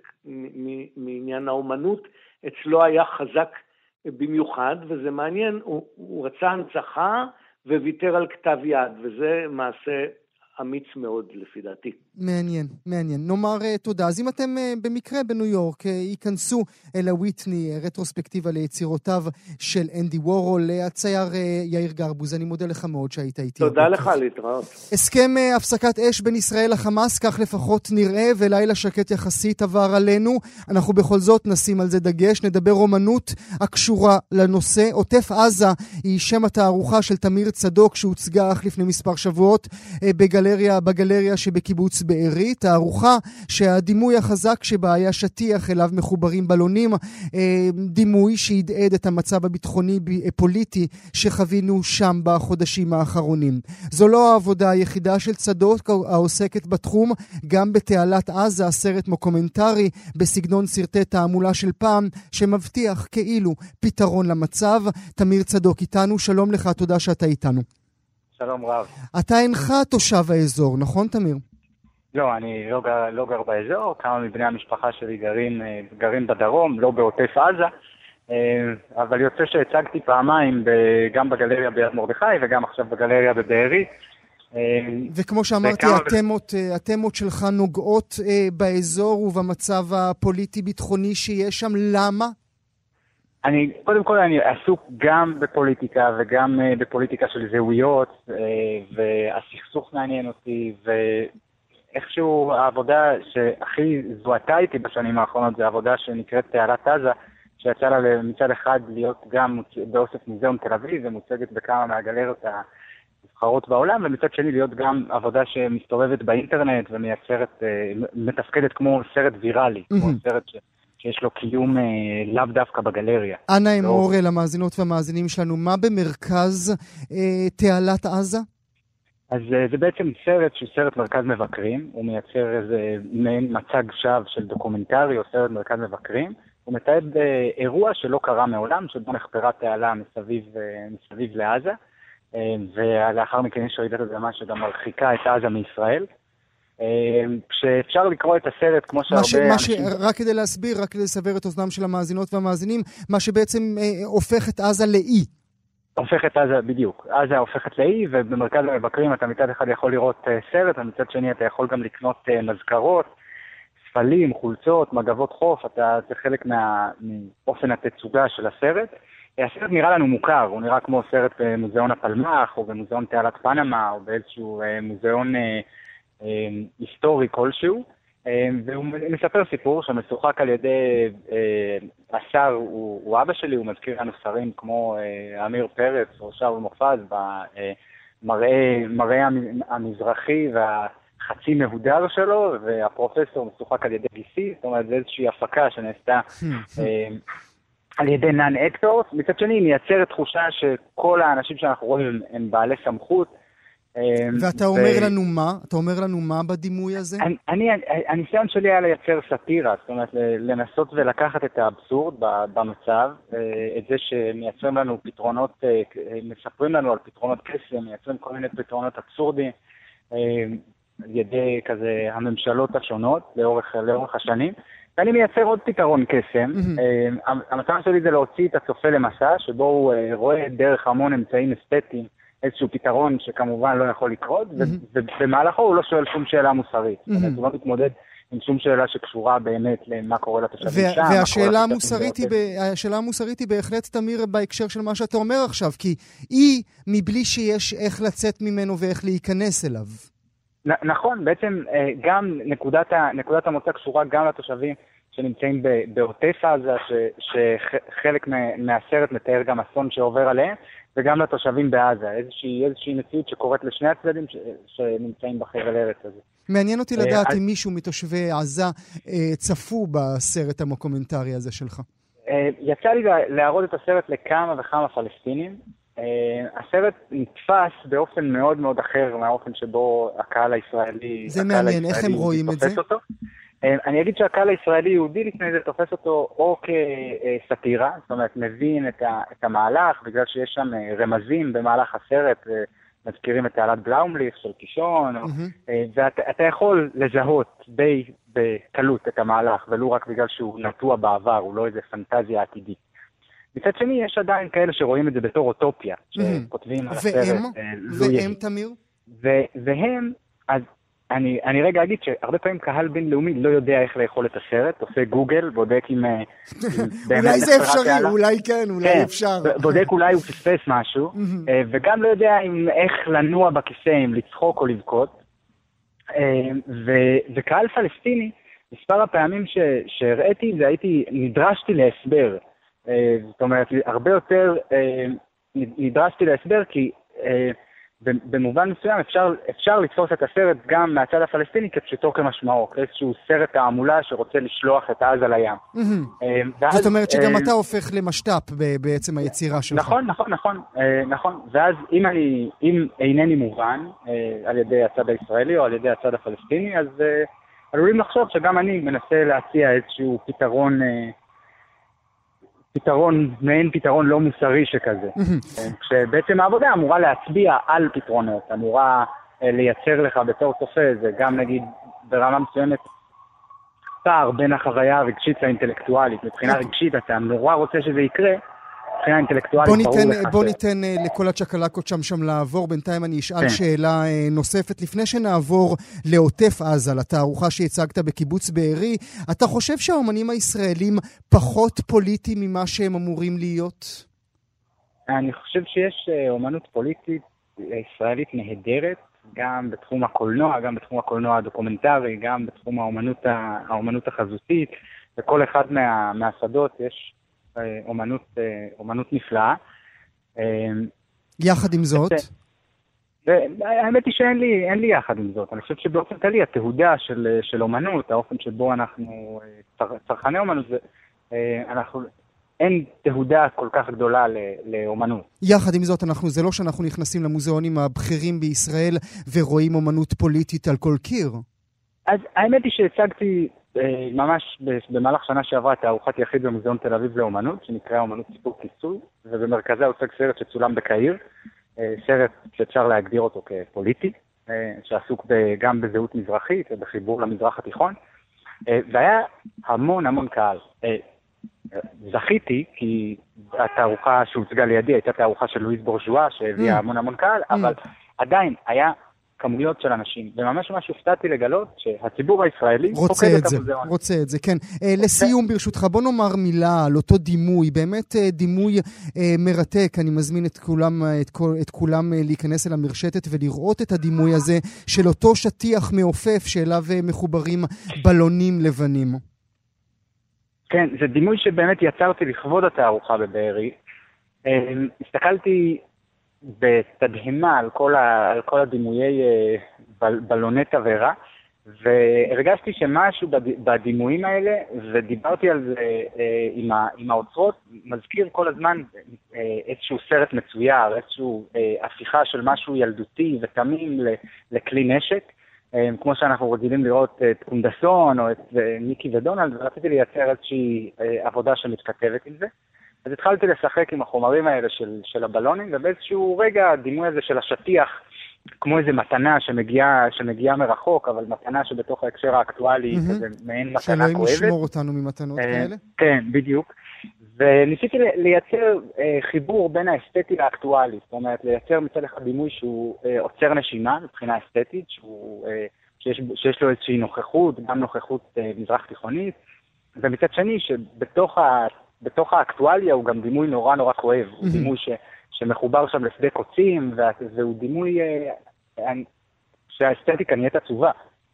מעניין האומנות, אצלו היה חזק במיוחד, וזה מעניין, הוא, הוא רצה הנצחה וויתר על כתב יד, וזה מעשה אמיץ מאוד לפי דעתי. מעניין, מעניין. נאמר תודה. אז אם אתם במקרה בניו יורק ייכנסו אל הוויטני, רטרוספקטיבה ליצירותיו של אנדי וורול, הצייר יאיר גרבוז, אני מודה לך מאוד שהיית איתי. תודה לך, להתראות. הסכם הפסקת אש בין ישראל לחמאס, כך לפחות נראה, ולילה שקט יחסית עבר עלינו. אנחנו בכל זאת נשים על זה דגש, נדבר אומנות הקשורה לנושא. עוטף עזה היא שם התערוכה של תמיר צדוק, שהוצגה אך לפני מספר שבועות בגלריה, בגלריה שבקיבוץ בארי, תערוכה שהדימוי החזק שבה היה שטיח אליו מחוברים בלונים, דימוי שהדהד את המצב הביטחוני פוליטי שחווינו שם בחודשים האחרונים. זו לא העבודה היחידה של צדוק העוסקת בתחום, גם בתעלת עזה, סרט מוקומנטרי בסגנון סרטי תעמולה של פעם, שמבטיח כאילו פתרון למצב. תמיר צדוק איתנו, שלום לך, תודה שאתה איתנו. שלום רב. אתה אינך תושב האזור, נכון תמיר? לא, אני לא גר, לא גר באזור, כמה מבני המשפחה שלי גרים, גרים בדרום, לא בעוטף עזה, אבל יוצא שהצגתי פעמיים גם בגלריה ביד מרדכי וגם עכשיו בגלריה בבארי. וכמו שאמרתי, התמות, התמות שלך נוגעות באזור ובמצב הפוליטי-ביטחוני שיש שם, למה? אני, קודם כל אני עסוק גם בפוליטיקה וגם בפוליטיקה של זהויות, והסכסוך מעניין אותי, ואיכשהו העבודה שהכי זוהתה איתי בשנים האחרונות זה העבודה שנקראת תעלת עזה, שיצא לה מצד אחד להיות גם באוסף מוזיאון תל אביב ומוצגת בכמה מהגלריות הנבחרות בעולם, ומצד שני להיות גם עבודה שמסתובבת באינטרנט ומייצרת, מתפקדת כמו סרט ויראלי, כמו סרט ש... שיש לו קיום אה, לאו דווקא בגלריה. אנא אמור לא... למאזינות והמאזינים שלנו, מה במרכז אה, תעלת עזה? אז אה, זה בעצם סרט שהוא סרט מרכז מבקרים, הוא מייצר איזה מעין מצג שווא של דוקומנטרי או סרט מרכז מבקרים, הוא מתעד אה, אירוע שלא קרה מעולם, שבו נחפרה תעלה מסביב, אה, מסביב לעזה, אה, ולאחר מכן יש רעידת אדמה שגם מרחיקה את עזה מישראל, שאפשר לקרוא את הסרט כמו שהרבה ש, אנשים... ש, רק כדי להסביר, רק כדי לסבר את אוזנם של המאזינות והמאזינים, מה שבעצם אה, הופך את עזה לאי. הופכת עזה, בדיוק, עזה הופכת לאי, ובמרכז המבקרים אתה מצד אחד יכול לראות סרט, ומצד שני אתה יכול גם לקנות מזכרות, ספלים, חולצות, מגבות חוף, אתה, זה חלק מה, מאופן התצוגה של הסרט. הסרט נראה לנו מוכר, הוא נראה כמו סרט במוזיאון הפלמ"ח, או במוזיאון תעלת פנמה, או באיזשהו מוזיאון אה, אה, היסטורי כלשהו, אה, והוא מספר סיפור שמשוחק על ידי אה, השר, הוא, הוא אבא שלי, הוא מזכיר לנו שרים כמו אה, אמיר פרץ או שאול מופז, במראה מראה המזרחי והחצי מהודר שלו, והפרופסור משוחק על ידי גיסי, זאת אומרת, זה איזושהי הפקה שנעשתה אה, על ידי נאן אקטורס. מצד שני, מייצרת תחושה שכל האנשים שאנחנו רואים הם בעלי סמכות. ואתה אומר לנו מה? אתה אומר לנו מה בדימוי הזה? אני, הניסיון שלי היה לייצר סאטירה, זאת אומרת, לנסות ולקחת את האבסורד במצב, את זה שמייצרים לנו פתרונות, מספרים לנו על פתרונות קסם, מייצרים כל מיני פתרונות אבסורדים, על ידי כזה הממשלות השונות לאורך, לאורך השנים. ואני מייצר עוד פתרון קסם. Mm-hmm. המטרה שלי זה להוציא את הצופה למסע, שבו הוא רואה דרך המון אמצעים אסתטיים איזשהו פתרון שכמובן לא יכול לקרות, mm-hmm. ובמהלכו הוא לא שואל שום שאלה מוסרית. Mm-hmm. זאת אומרת, הוא לא מתמודד עם שום שאלה שקשורה באמת למה קורה לתושבים שם. והשאלה המוסרית היא, השאלה המוסרית היא בהחלט, תמיר, בהקשר של מה שאתה אומר עכשיו, כי היא מבלי שיש איך לצאת ממנו ואיך להיכנס אליו. נכון, בעצם גם נקודת, נקודת המוצא קשורה גם לתושבים שנמצאים בעוטף עזה, שחלק מהסרט מתאר גם אסון שעובר עליהם, וגם לתושבים בעזה, איזושהי, איזושהי מציאות שקורית לשני הצדדים שנמצאים בחבל ארץ הזה. מעניין אותי לדעת אם מישהו מתושבי עזה צפו בסרט המוקומנטרי הזה שלך. יצא לי להראות את הסרט לכמה וכמה פלסטינים. Uh, הסרט נתפס באופן מאוד מאוד אחר מהאופן שבו הקהל הישראלי... זה מעניין, איך הם רואים את זה? אותו. Uh, אני אגיד שהקהל הישראלי יהודי לפני זה תופס אותו או כסאטירה, זאת אומרת מבין את, ה, את המהלך, בגלל שיש שם רמזים במהלך הסרט, מזכירים את תעלת בלאומליך של קישון, mm-hmm. uh, ואתה יכול לזהות בי, בקלות את המהלך, ולא רק בגלל שהוא נטוע בעבר, הוא לא איזה פנטזיה עתידית. מצד שני, יש עדיין כאלה שרואים את זה בתור אוטופיה, שכותבים על הסרט. והם? והם, תמיר? והם, אז אני רגע אגיד שהרבה פעמים קהל בינלאומי לא יודע איך לאכול את הסרט, עושה גוגל, בודק אם... אולי זה אפשרי, אולי כן, אולי אפשר. בודק אולי הוא פספס משהו, וגם לא יודע איך לנוע בכיסא, אם לצחוק או לבכות. וקהל פלסטיני, מספר הפעמים שהראיתי, זה הייתי, נדרשתי להסבר. זאת אומרת, הרבה יותר נדרשתי להסבר, כי במובן מסוים אפשר, אפשר לתפוס את הסרט גם מהצד הפלסטיני כפשוטו כמשמעו, כאיזשהו סרט תעמולה שרוצה לשלוח את עזה לים. ואז, זאת אומרת שגם אתה הופך למשת"פ בעצם היצירה שלך. נכון, נכון, נכון, נכון. ואז אם אני, אם אינני מובן על ידי הצד הישראלי או על ידי הצד הפלסטיני, אז עלולים לחשוב שגם אני מנסה להציע איזשהו פתרון פתרון, מעין פתרון לא מוסרי שכזה. כשבעצם העבודה אמורה להצביע על פתרונות, אמורה לייצר לך בתור צופה, זה גם נגיד ברמה מסוימת פער בין החוויה הרגשית לאינטלקטואלית. מבחינה רגשית אתה נורא רוצה שזה יקרה, מבחינה אינטלקטואלית ברור לך. בוא ניתן לכל הצ'קלקות שם שם לעבור, בינתיים אני אשאל שאלה נוספת. לפני שנעבור לעוטף עזה, לתערוכה שהצגת בקיבוץ בארי, אתה חושב שהאומנים הישראלים פחות פוליטיים ממה שהם אמורים להיות? אני חושב שיש אומנות פוליטית ישראלית נהדרת, גם בתחום הקולנוע, גם בתחום הקולנוע הדוקומנטרי, גם בתחום האומנות, האומנות החזותית, וכל אחד מה, מהשדות יש אומנות, אומנות נפלאה. יחד עם זאת? האמת היא שאין לי, אין לי יחד עם זאת. אני חושב שבאופן כללי, התהודה של, של אומנות, האופן שבו אנחנו צרכני אומנות, אנחנו, אין תהודה כל כך גדולה לאומנות. יחד עם זאת, אנחנו, זה לא שאנחנו נכנסים למוזיאונים הבכירים בישראל ורואים אומנות פוליטית על כל קיר. אז האמת היא שהצגתי ממש במהלך שנה שעברה תערוכת יחיד במוזיאון תל אביב לאומנות, שנקרא אומנות סיפור כיסוי, ובמרכזה הוצג סרט שצולם בקהיר, סרט שאפשר להגדיר אותו כפוליטי, שעסוק גם בזהות מזרחית ובחיבור למזרח התיכון, והיה המון המון קהל. זכיתי, כי התערוכה שהוצגה לידי הייתה תערוכה של לואיס בורז'ואה, שהביאה המון המון קהל, אבל עדיין היה כמויות של אנשים, וממש ממש הופתעתי לגלות שהציבור הישראלי רוצה את זה, רוצה את זה, כן. לסיום ברשותך, בוא נאמר מילה על אותו דימוי, באמת דימוי מרתק, אני מזמין את כולם, את כל, את כולם להיכנס אל המרשתת ולראות את הדימוי הזה של אותו שטיח מעופף שאליו מחוברים בלונים לבנים. כן, זה דימוי שבאמת יצרתי לכבוד התערוכה בבארי. הסתכלתי בתדהמה על כל, ה, על כל הדימויי בל, בלוני תברה, והרגשתי שמשהו בדימויים האלה, ודיברתי על זה עם, ה, עם האוצרות, מזכיר כל הזמן איזשהו סרט מצויר, איזשהו הפיכה של משהו ילדותי ותמים לכלי נשק, כמו שאנחנו רגילים לראות את קונדסון או את ניקי ודונלד, ורציתי לייצר איזושהי עבודה שמתכתבת עם זה. אז התחלתי לשחק עם החומרים האלה של, של הבלונים, ובאיזשהו רגע הדימוי הזה של השטיח, כמו איזו מתנה שמגיעה, שמגיעה מרחוק, אבל מתנה שבתוך ההקשר האקטואלי, mm-hmm. כזה מעין מתנה כואבת. שאלוהים ישמור אותנו ממתנות כאלה? כן, בדיוק. וניסיתי לייצר חיבור בין האסתטי לאקטואלי, זאת אומרת, לייצר מצד אחד דימוי שהוא עוצר נשימה מבחינה אסתטית, שהוא, שיש, שיש לו איזושהי נוכחות, גם נוכחות מזרח תיכונית, ומצד שני שבתוך ה... בתוך האקטואליה הוא גם דימוי נורא נורא כואב, הוא דימוי ש, שמחובר שם לשדה קוצים, והוא דימוי אה, שהאסתטיקה נהיית עצובה,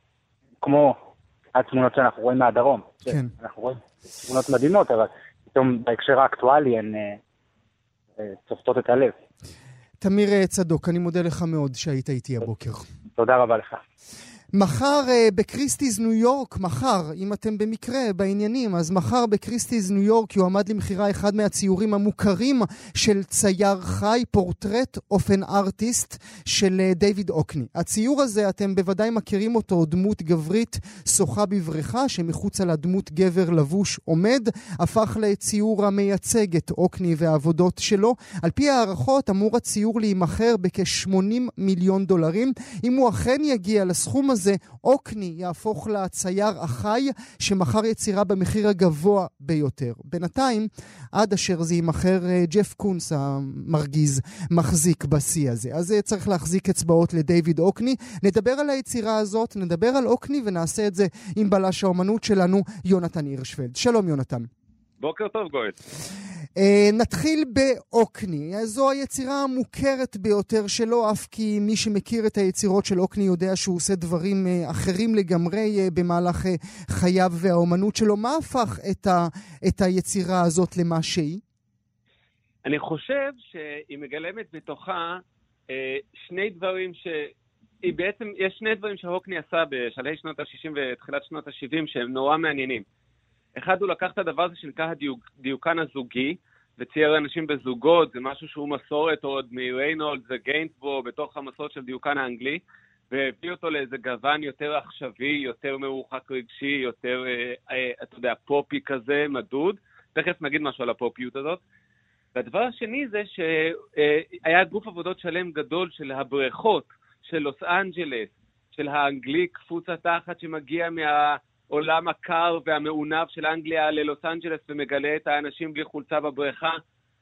כמו התמונות שאנחנו רואים מהדרום. כן. אנחנו רואים תמונות מדהימות, אבל פתאום בהקשר האקטואלי הן אה, אה, צופתות את הלב. תמיר צדוק, אני מודה לך מאוד שהיית איתי הבוקר. תודה רבה לך. מחר uh, בקריסטיז ניו יורק, מחר, אם אתם במקרה בעניינים, אז מחר בקריסטיז ניו יורק יועמד למחירה אחד מהציורים המוכרים של צייר חי, פורטרט אוף אן ארטיסט של uh, דיוויד אוקני. הציור הזה, אתם בוודאי מכירים אותו, דמות גברית שוחה בבריכה, שמחוץ על הדמות גבר לבוש עומד, הפך לציור המייצג את אוקני והעבודות שלו. על פי הערכות, אמור הציור להימחר בכ-שמונים מיליון דולרים. אם הוא אכן יגיע לסכום הזה, זה אוקני יהפוך לצייר החי שמחר יצירה במחיר הגבוה ביותר. בינתיים, עד אשר זה ימחר, ג'ף קונס המרגיז מחזיק בשיא הזה. אז צריך להחזיק אצבעות לדיוויד אוקני. נדבר על היצירה הזאת, נדבר על אוקני ונעשה את זה עם בלש האומנות שלנו, יונתן הירשפלד. שלום יונתן. בוקר טוב גואל. Uh, נתחיל באוקני. זו היצירה המוכרת ביותר שלו, אף כי מי שמכיר את היצירות של אוקני יודע שהוא עושה דברים uh, אחרים לגמרי uh, במהלך uh, חייו והאומנות שלו. מה הפך את, ה, את היצירה הזאת למה שהיא? אני חושב שהיא מגלמת בתוכה uh, שני דברים ש... היא בעצם, יש שני דברים שאוקני עשה בשלהי שנות ה-שישים ותחילת שנות ה-שבעים שהם נורא מעניינים. אחד, הוא לקח את הדבר הזה שנקרא הדיוקן הזוגי, וצייר אנשים בזוגות, זה משהו שהוא מסורת עוד מריינולד וגיינסבורו בתוך המסורת של דיוקן האנגלי, והביא אותו לאיזה גוון יותר עכשווי, יותר מרוחק רגשי, יותר, אה, אה, אתה יודע, פופי כזה, מדוד. תכף נגיד משהו על הפופיות הזאת. והדבר השני זה שהיה גוף עבודות שלם גדול של הבריכות, של לוס אנג'לס, של האנגלי קפוץ התחת שמגיע מה... עולם הקר והמעונב של אנגליה ללוס אנג'לס ומגלה את האנשים בלי חולצה בבריכה,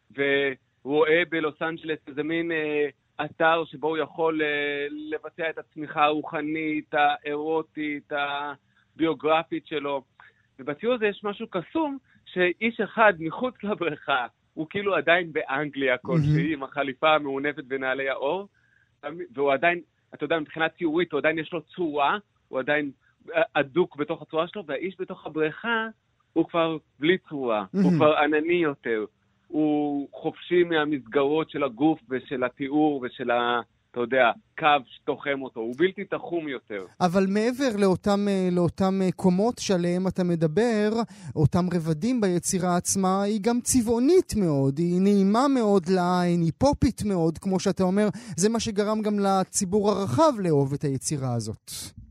ורואה בלוס אנג'לס איזה מין אה, אתר שבו הוא יכול אה, לבצע את הצמיחה הרוחנית, האירוטית, הביוגרפית שלו. ובציור הזה יש משהו קסום, שאיש אחד מחוץ לבריכה, הוא כאילו עדיין באנגליה כלשהי, עם החליפה המעונפת ונעלי האור, והוא עדיין, אתה יודע, מבחינת ציורית, הוא עדיין יש לו צורה, הוא עדיין עדוק בתוך הצורה שלו, והאיש בתוך הבריכה הוא כבר בלי צורה, mm-hmm. הוא כבר ענני יותר, הוא חופשי מהמסגרות של הגוף ושל התיאור ושל ה... אתה יודע, קו שתוחם אותו, הוא בלתי תחום יותר. אבל מעבר לאותם, לאותם קומות שעליהם אתה מדבר, אותם רבדים ביצירה עצמה, היא גם צבעונית מאוד, היא נעימה מאוד לעין, היא פופית מאוד, כמו שאתה אומר, זה מה שגרם גם לציבור הרחב לאהוב את היצירה הזאת.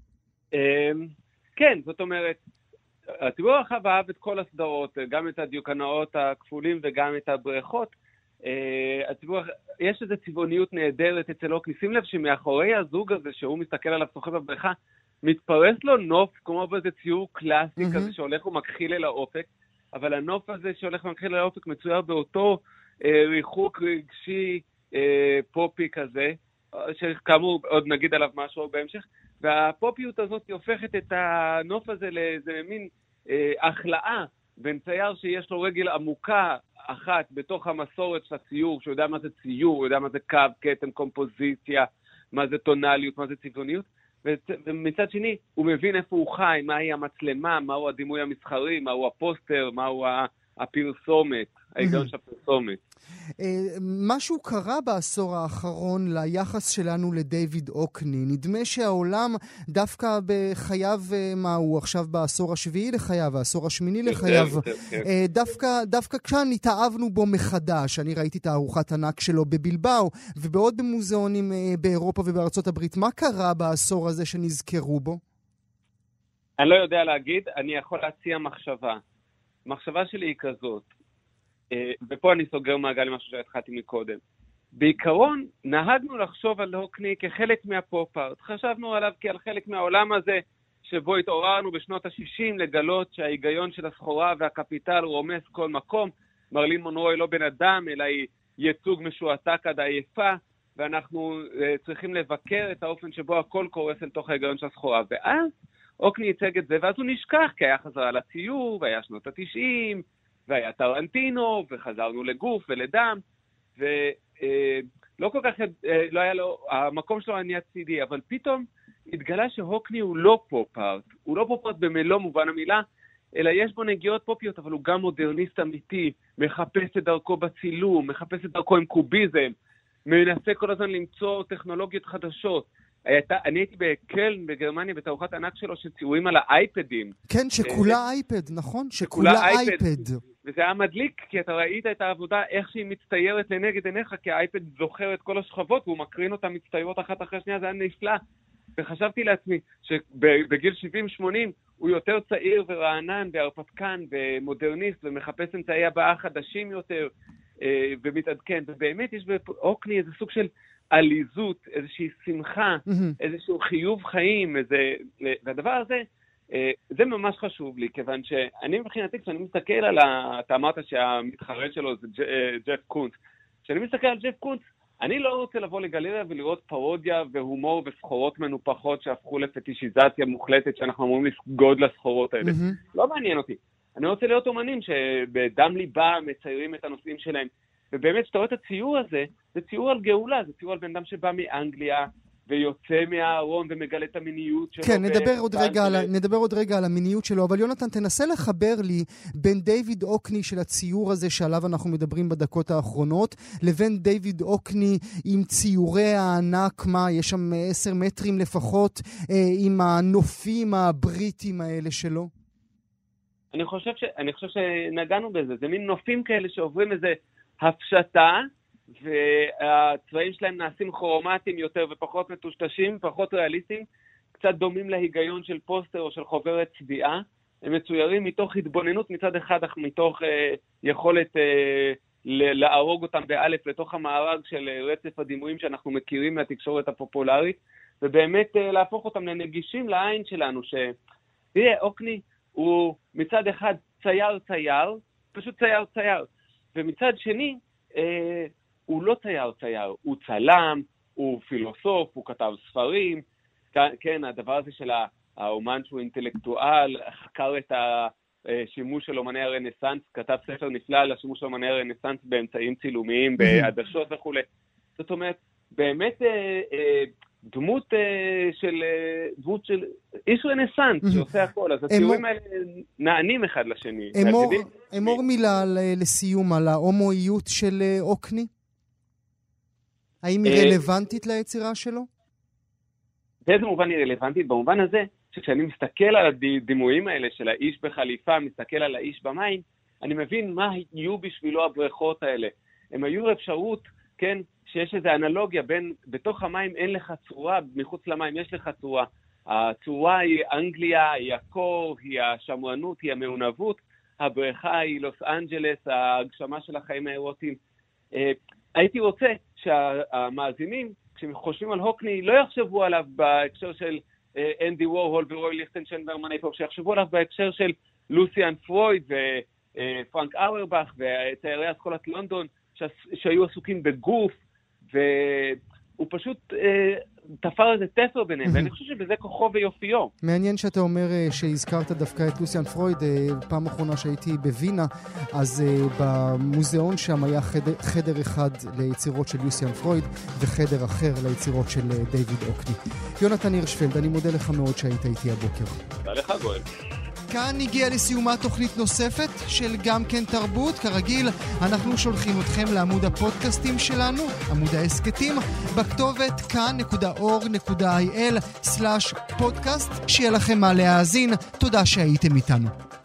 כן, זאת אומרת, הציבור הרחב אהב את כל הסדרות, גם את הדיוקנאות הכפולים וגם את הבריכות. הציבור, יש איזו צבעוניות נהדרת אצל אוקני. שים לב שמאחורי הזוג הזה שהוא מסתכל עליו שוחה בבריכה, מתפרס לו נוף כמו באיזה ציור קלאסי כזה שהולך ומכחיל אל האופק, אבל הנוף הזה שהולך ומתחיל על האופק מצויר באותו אה, ריחוק רגשי אה, פופי כזה, שכאמור עוד נגיד עליו משהו בהמשך, והפופיות הזאת היא הופכת את הנוף הזה לאיזה מין אה, החלאה בין צייר שיש לו רגל עמוקה אחת בתוך המסורת של הציור, שהוא יודע מה זה ציור, הוא יודע מה זה קו, קטן, קומפוזיציה, מה זה טונליות, מה זה צבעוניות, ומצד שני הוא מבין איפה הוא חי, מהי המצלמה, מהו הדימוי המסחרי, מהו הפוסטר, מהו הפרסומת, ההיגיון של הפרסומת. משהו קרה בעשור האחרון ליחס שלנו לדיוויד אוקני. נדמה שהעולם דווקא בחייו, מה הוא עכשיו בעשור השביעי לחייו, העשור השמיני לחייו, דווקא, דווקא כאן התאהבנו בו מחדש. אני ראיתי את הארוחת ענק שלו בבלבאו, ובעוד במוזיאונים באירופה ובארצות הברית. מה קרה בעשור הזה שנזכרו בו? אני לא יודע להגיד, אני יכול להציע מחשבה. מחשבה שלי היא כזאת, ופה אני סוגר מעגל למשהו שהתחלתי מקודם. בעיקרון, נהגנו לחשוב על אוקני כחלק מהפופ-ארט. חשבנו עליו כעל חלק מהעולם הזה, שבו התעוררנו בשנות ה-שישים לגלות שההיגיון של הסחורה והקפיטל רומס כל מקום. מרלין מונרו היא לא בן אדם, אלא היא ייצוג משועתק עד העייפה, ואנחנו uh, צריכים לבקר את האופן שבו הכל קורס אל תוך ההיגיון של הסחורה. ואז אוקני ייצג את זה, ואז הוא נשכח, כי היה חזרה לציור, והיה שנות ה-תשעים, והיה טרנטינו, וחזרנו לגוף ולדם, ולא כל כך, לא היה לו, המקום שלו היה צידי, אבל פתאום התגלה שהוקני הוא לא פופ-ארט, הוא לא פופ-ארט במלוא מובן המילה, אלא יש בו נגיעות פופיות, אבל הוא גם מודרניסט אמיתי, מחפש את דרכו בצילום, מחפש את דרכו עם קוביזם, מנסה כל הזמן למצוא טכנולוגיות חדשות. הייתה, אני הייתי בקלן בגרמניה בתערוכת ענק שלו שציורים על האייפדים. כן, שכולה אייפד, נכון? שכולה אייפד. וזה היה מדליק, כי אתה ראית את העבודה, איך שהיא מצטיירת לנגד עיניך, כי האייפד זוכר את כל השכבות, והוא מקרין אותה מצטיירות אחת אחרי שנייה, זה היה נפלא. וחשבתי לעצמי, שבגיל שבעים שמונים, הוא יותר צעיר ורענן, והרפתקן, ומודרניסט, ומחפש אמצעי הבאה חדשים יותר, ומתעדכן. ובאמת יש באוקני איזה סוג של עליזות, איזושהי שמחה, איזשהו חיוב חיים, איזה... והדבר הזה, זה ממש חשוב לי, כיוון שאני מבחינתי, כשאני מסתכל על ה... אתה אמרת שהמתחרה שלו זה ג'ף קונץ. כשאני מסתכל על ג'ף קונץ, אני לא רוצה לבוא לגלריה ולראות פרודיה והומור וסחורות מנופחות שהפכו לפטישיזציה מוחלטת שאנחנו אמורים לסגוד לסחורות האלה. לא מעניין אותי. אני רוצה להיות אומנים שבדם ליבה מציירים את הנושאים שלהם. ובאמת, כשאתה רואה את הציור הזה, זה ציור על גאולה, זה ציור על בן אדם שבא מאנגליה, ויוצא מהארון ומגלה את המיניות שלו. כן, נדבר עוד, רגע על, נדבר עוד רגע על המיניות שלו, אבל יונתן, תנסה לחבר לי בין דיוויד אוקני של הציור הזה שעליו אנחנו מדברים בדקות האחרונות, לבין דיוויד אוקני עם ציורי הענק, מה, יש שם עשר מטרים לפחות, עם הנופים הבריטים האלה שלו? אני חושב, ש... אני חושב שנגענו בזה, זה מין נופים כאלה שעוברים איזה הפשטה, והצבעים שלהם נעשים כרומטיים יותר ופחות מטושטשים, פחות ריאליסטיים, קצת דומים להיגיון של פוסטר או של חוברת צביעה. הם מצוירים מתוך התבוננות מצד אחד, אך מתוך אה, יכולת אה, להרוג אותם באלף לתוך המארג של רצף הדימויים שאנחנו מכירים מהתקשורת הפופולרית, ובאמת אה, להפוך אותם לנגישים לעין שלנו, שתראה, אוקני הוא מצד אחד צייר צייר, פשוט צייר צייר, ומצד שני, אה, הוא לא צייר צייר, הוא צלם, הוא פילוסוף, הוא כתב ספרים, כן, הדבר הזה של האומן שהוא אינטלקטואל, חקר את השימוש של אומני הרנסנס, כתב ספר נפלא על השימוש של אומני הרנסנס באמצעים צילומיים, בעדשות וכו'. זאת אומרת, באמת דמות של, דמות של איש רנסנס שעושה הכל, אז הציורים האלה נענים אחד לשני. אמור מילה לסיום על ההומואיות של אוקני? האם היא רלוונטית ליצירה שלו? באיזה מובן היא רלוונטית? במובן הזה שכשאני מסתכל על הדימויים האלה של האיש בחליפה, מסתכל על האיש במים, אני מבין מה היו בשבילו הבריכות האלה. הם היו אפשרות, כן, שיש איזו אנלוגיה בין, בתוך המים אין לך צורה, מחוץ למים יש לך צורה. הצורה היא אנגליה, היא הקור, היא השמרנות, היא המעונבות. הבריכה היא לוס אנג'לס, ההגשמה של החיים האירוטיים. הייתי רוצה שהמאזינים, כשהם חושבים על הוקני, לא יחשבו עליו בהקשר של אנדי וורהול ורוי ליכטנשטיין והרמן אייפוב, שיחשבו עליו בהקשר של לוסיאן פרויד פרנק אוורבך וציירי אסכולת לונדון שהיו עסוקים בגוף, והוא פשוט תפר איזה תפר ביניהם, ואני חושב שבזה כוחו ויופיו. מעניין שאתה אומר שהזכרת דווקא את לוסיאן פרויד. פעם אחרונה שהייתי בווינה, אז במוזיאון שם היה חדר, חדר אחד ליצירות של לוסיאן פרויד, וחדר אחר ליצירות של דיוויד אוקני. יונתן הירשפלד, אני מודה לך מאוד שהיית איתי הבוקר. תודה לך גואל. כאן הגיעה לסיומה תוכנית נוספת של גם כן תרבות. כרגיל, אנחנו שולחים אתכם לעמוד הפודקאסטים שלנו, עמוד העסקתים, בכתובת כאן נקודה אורג נקודה איי אל סלאש פודקאסט. שיהיה לכם מה להאזין. תודה שהייתם איתנו.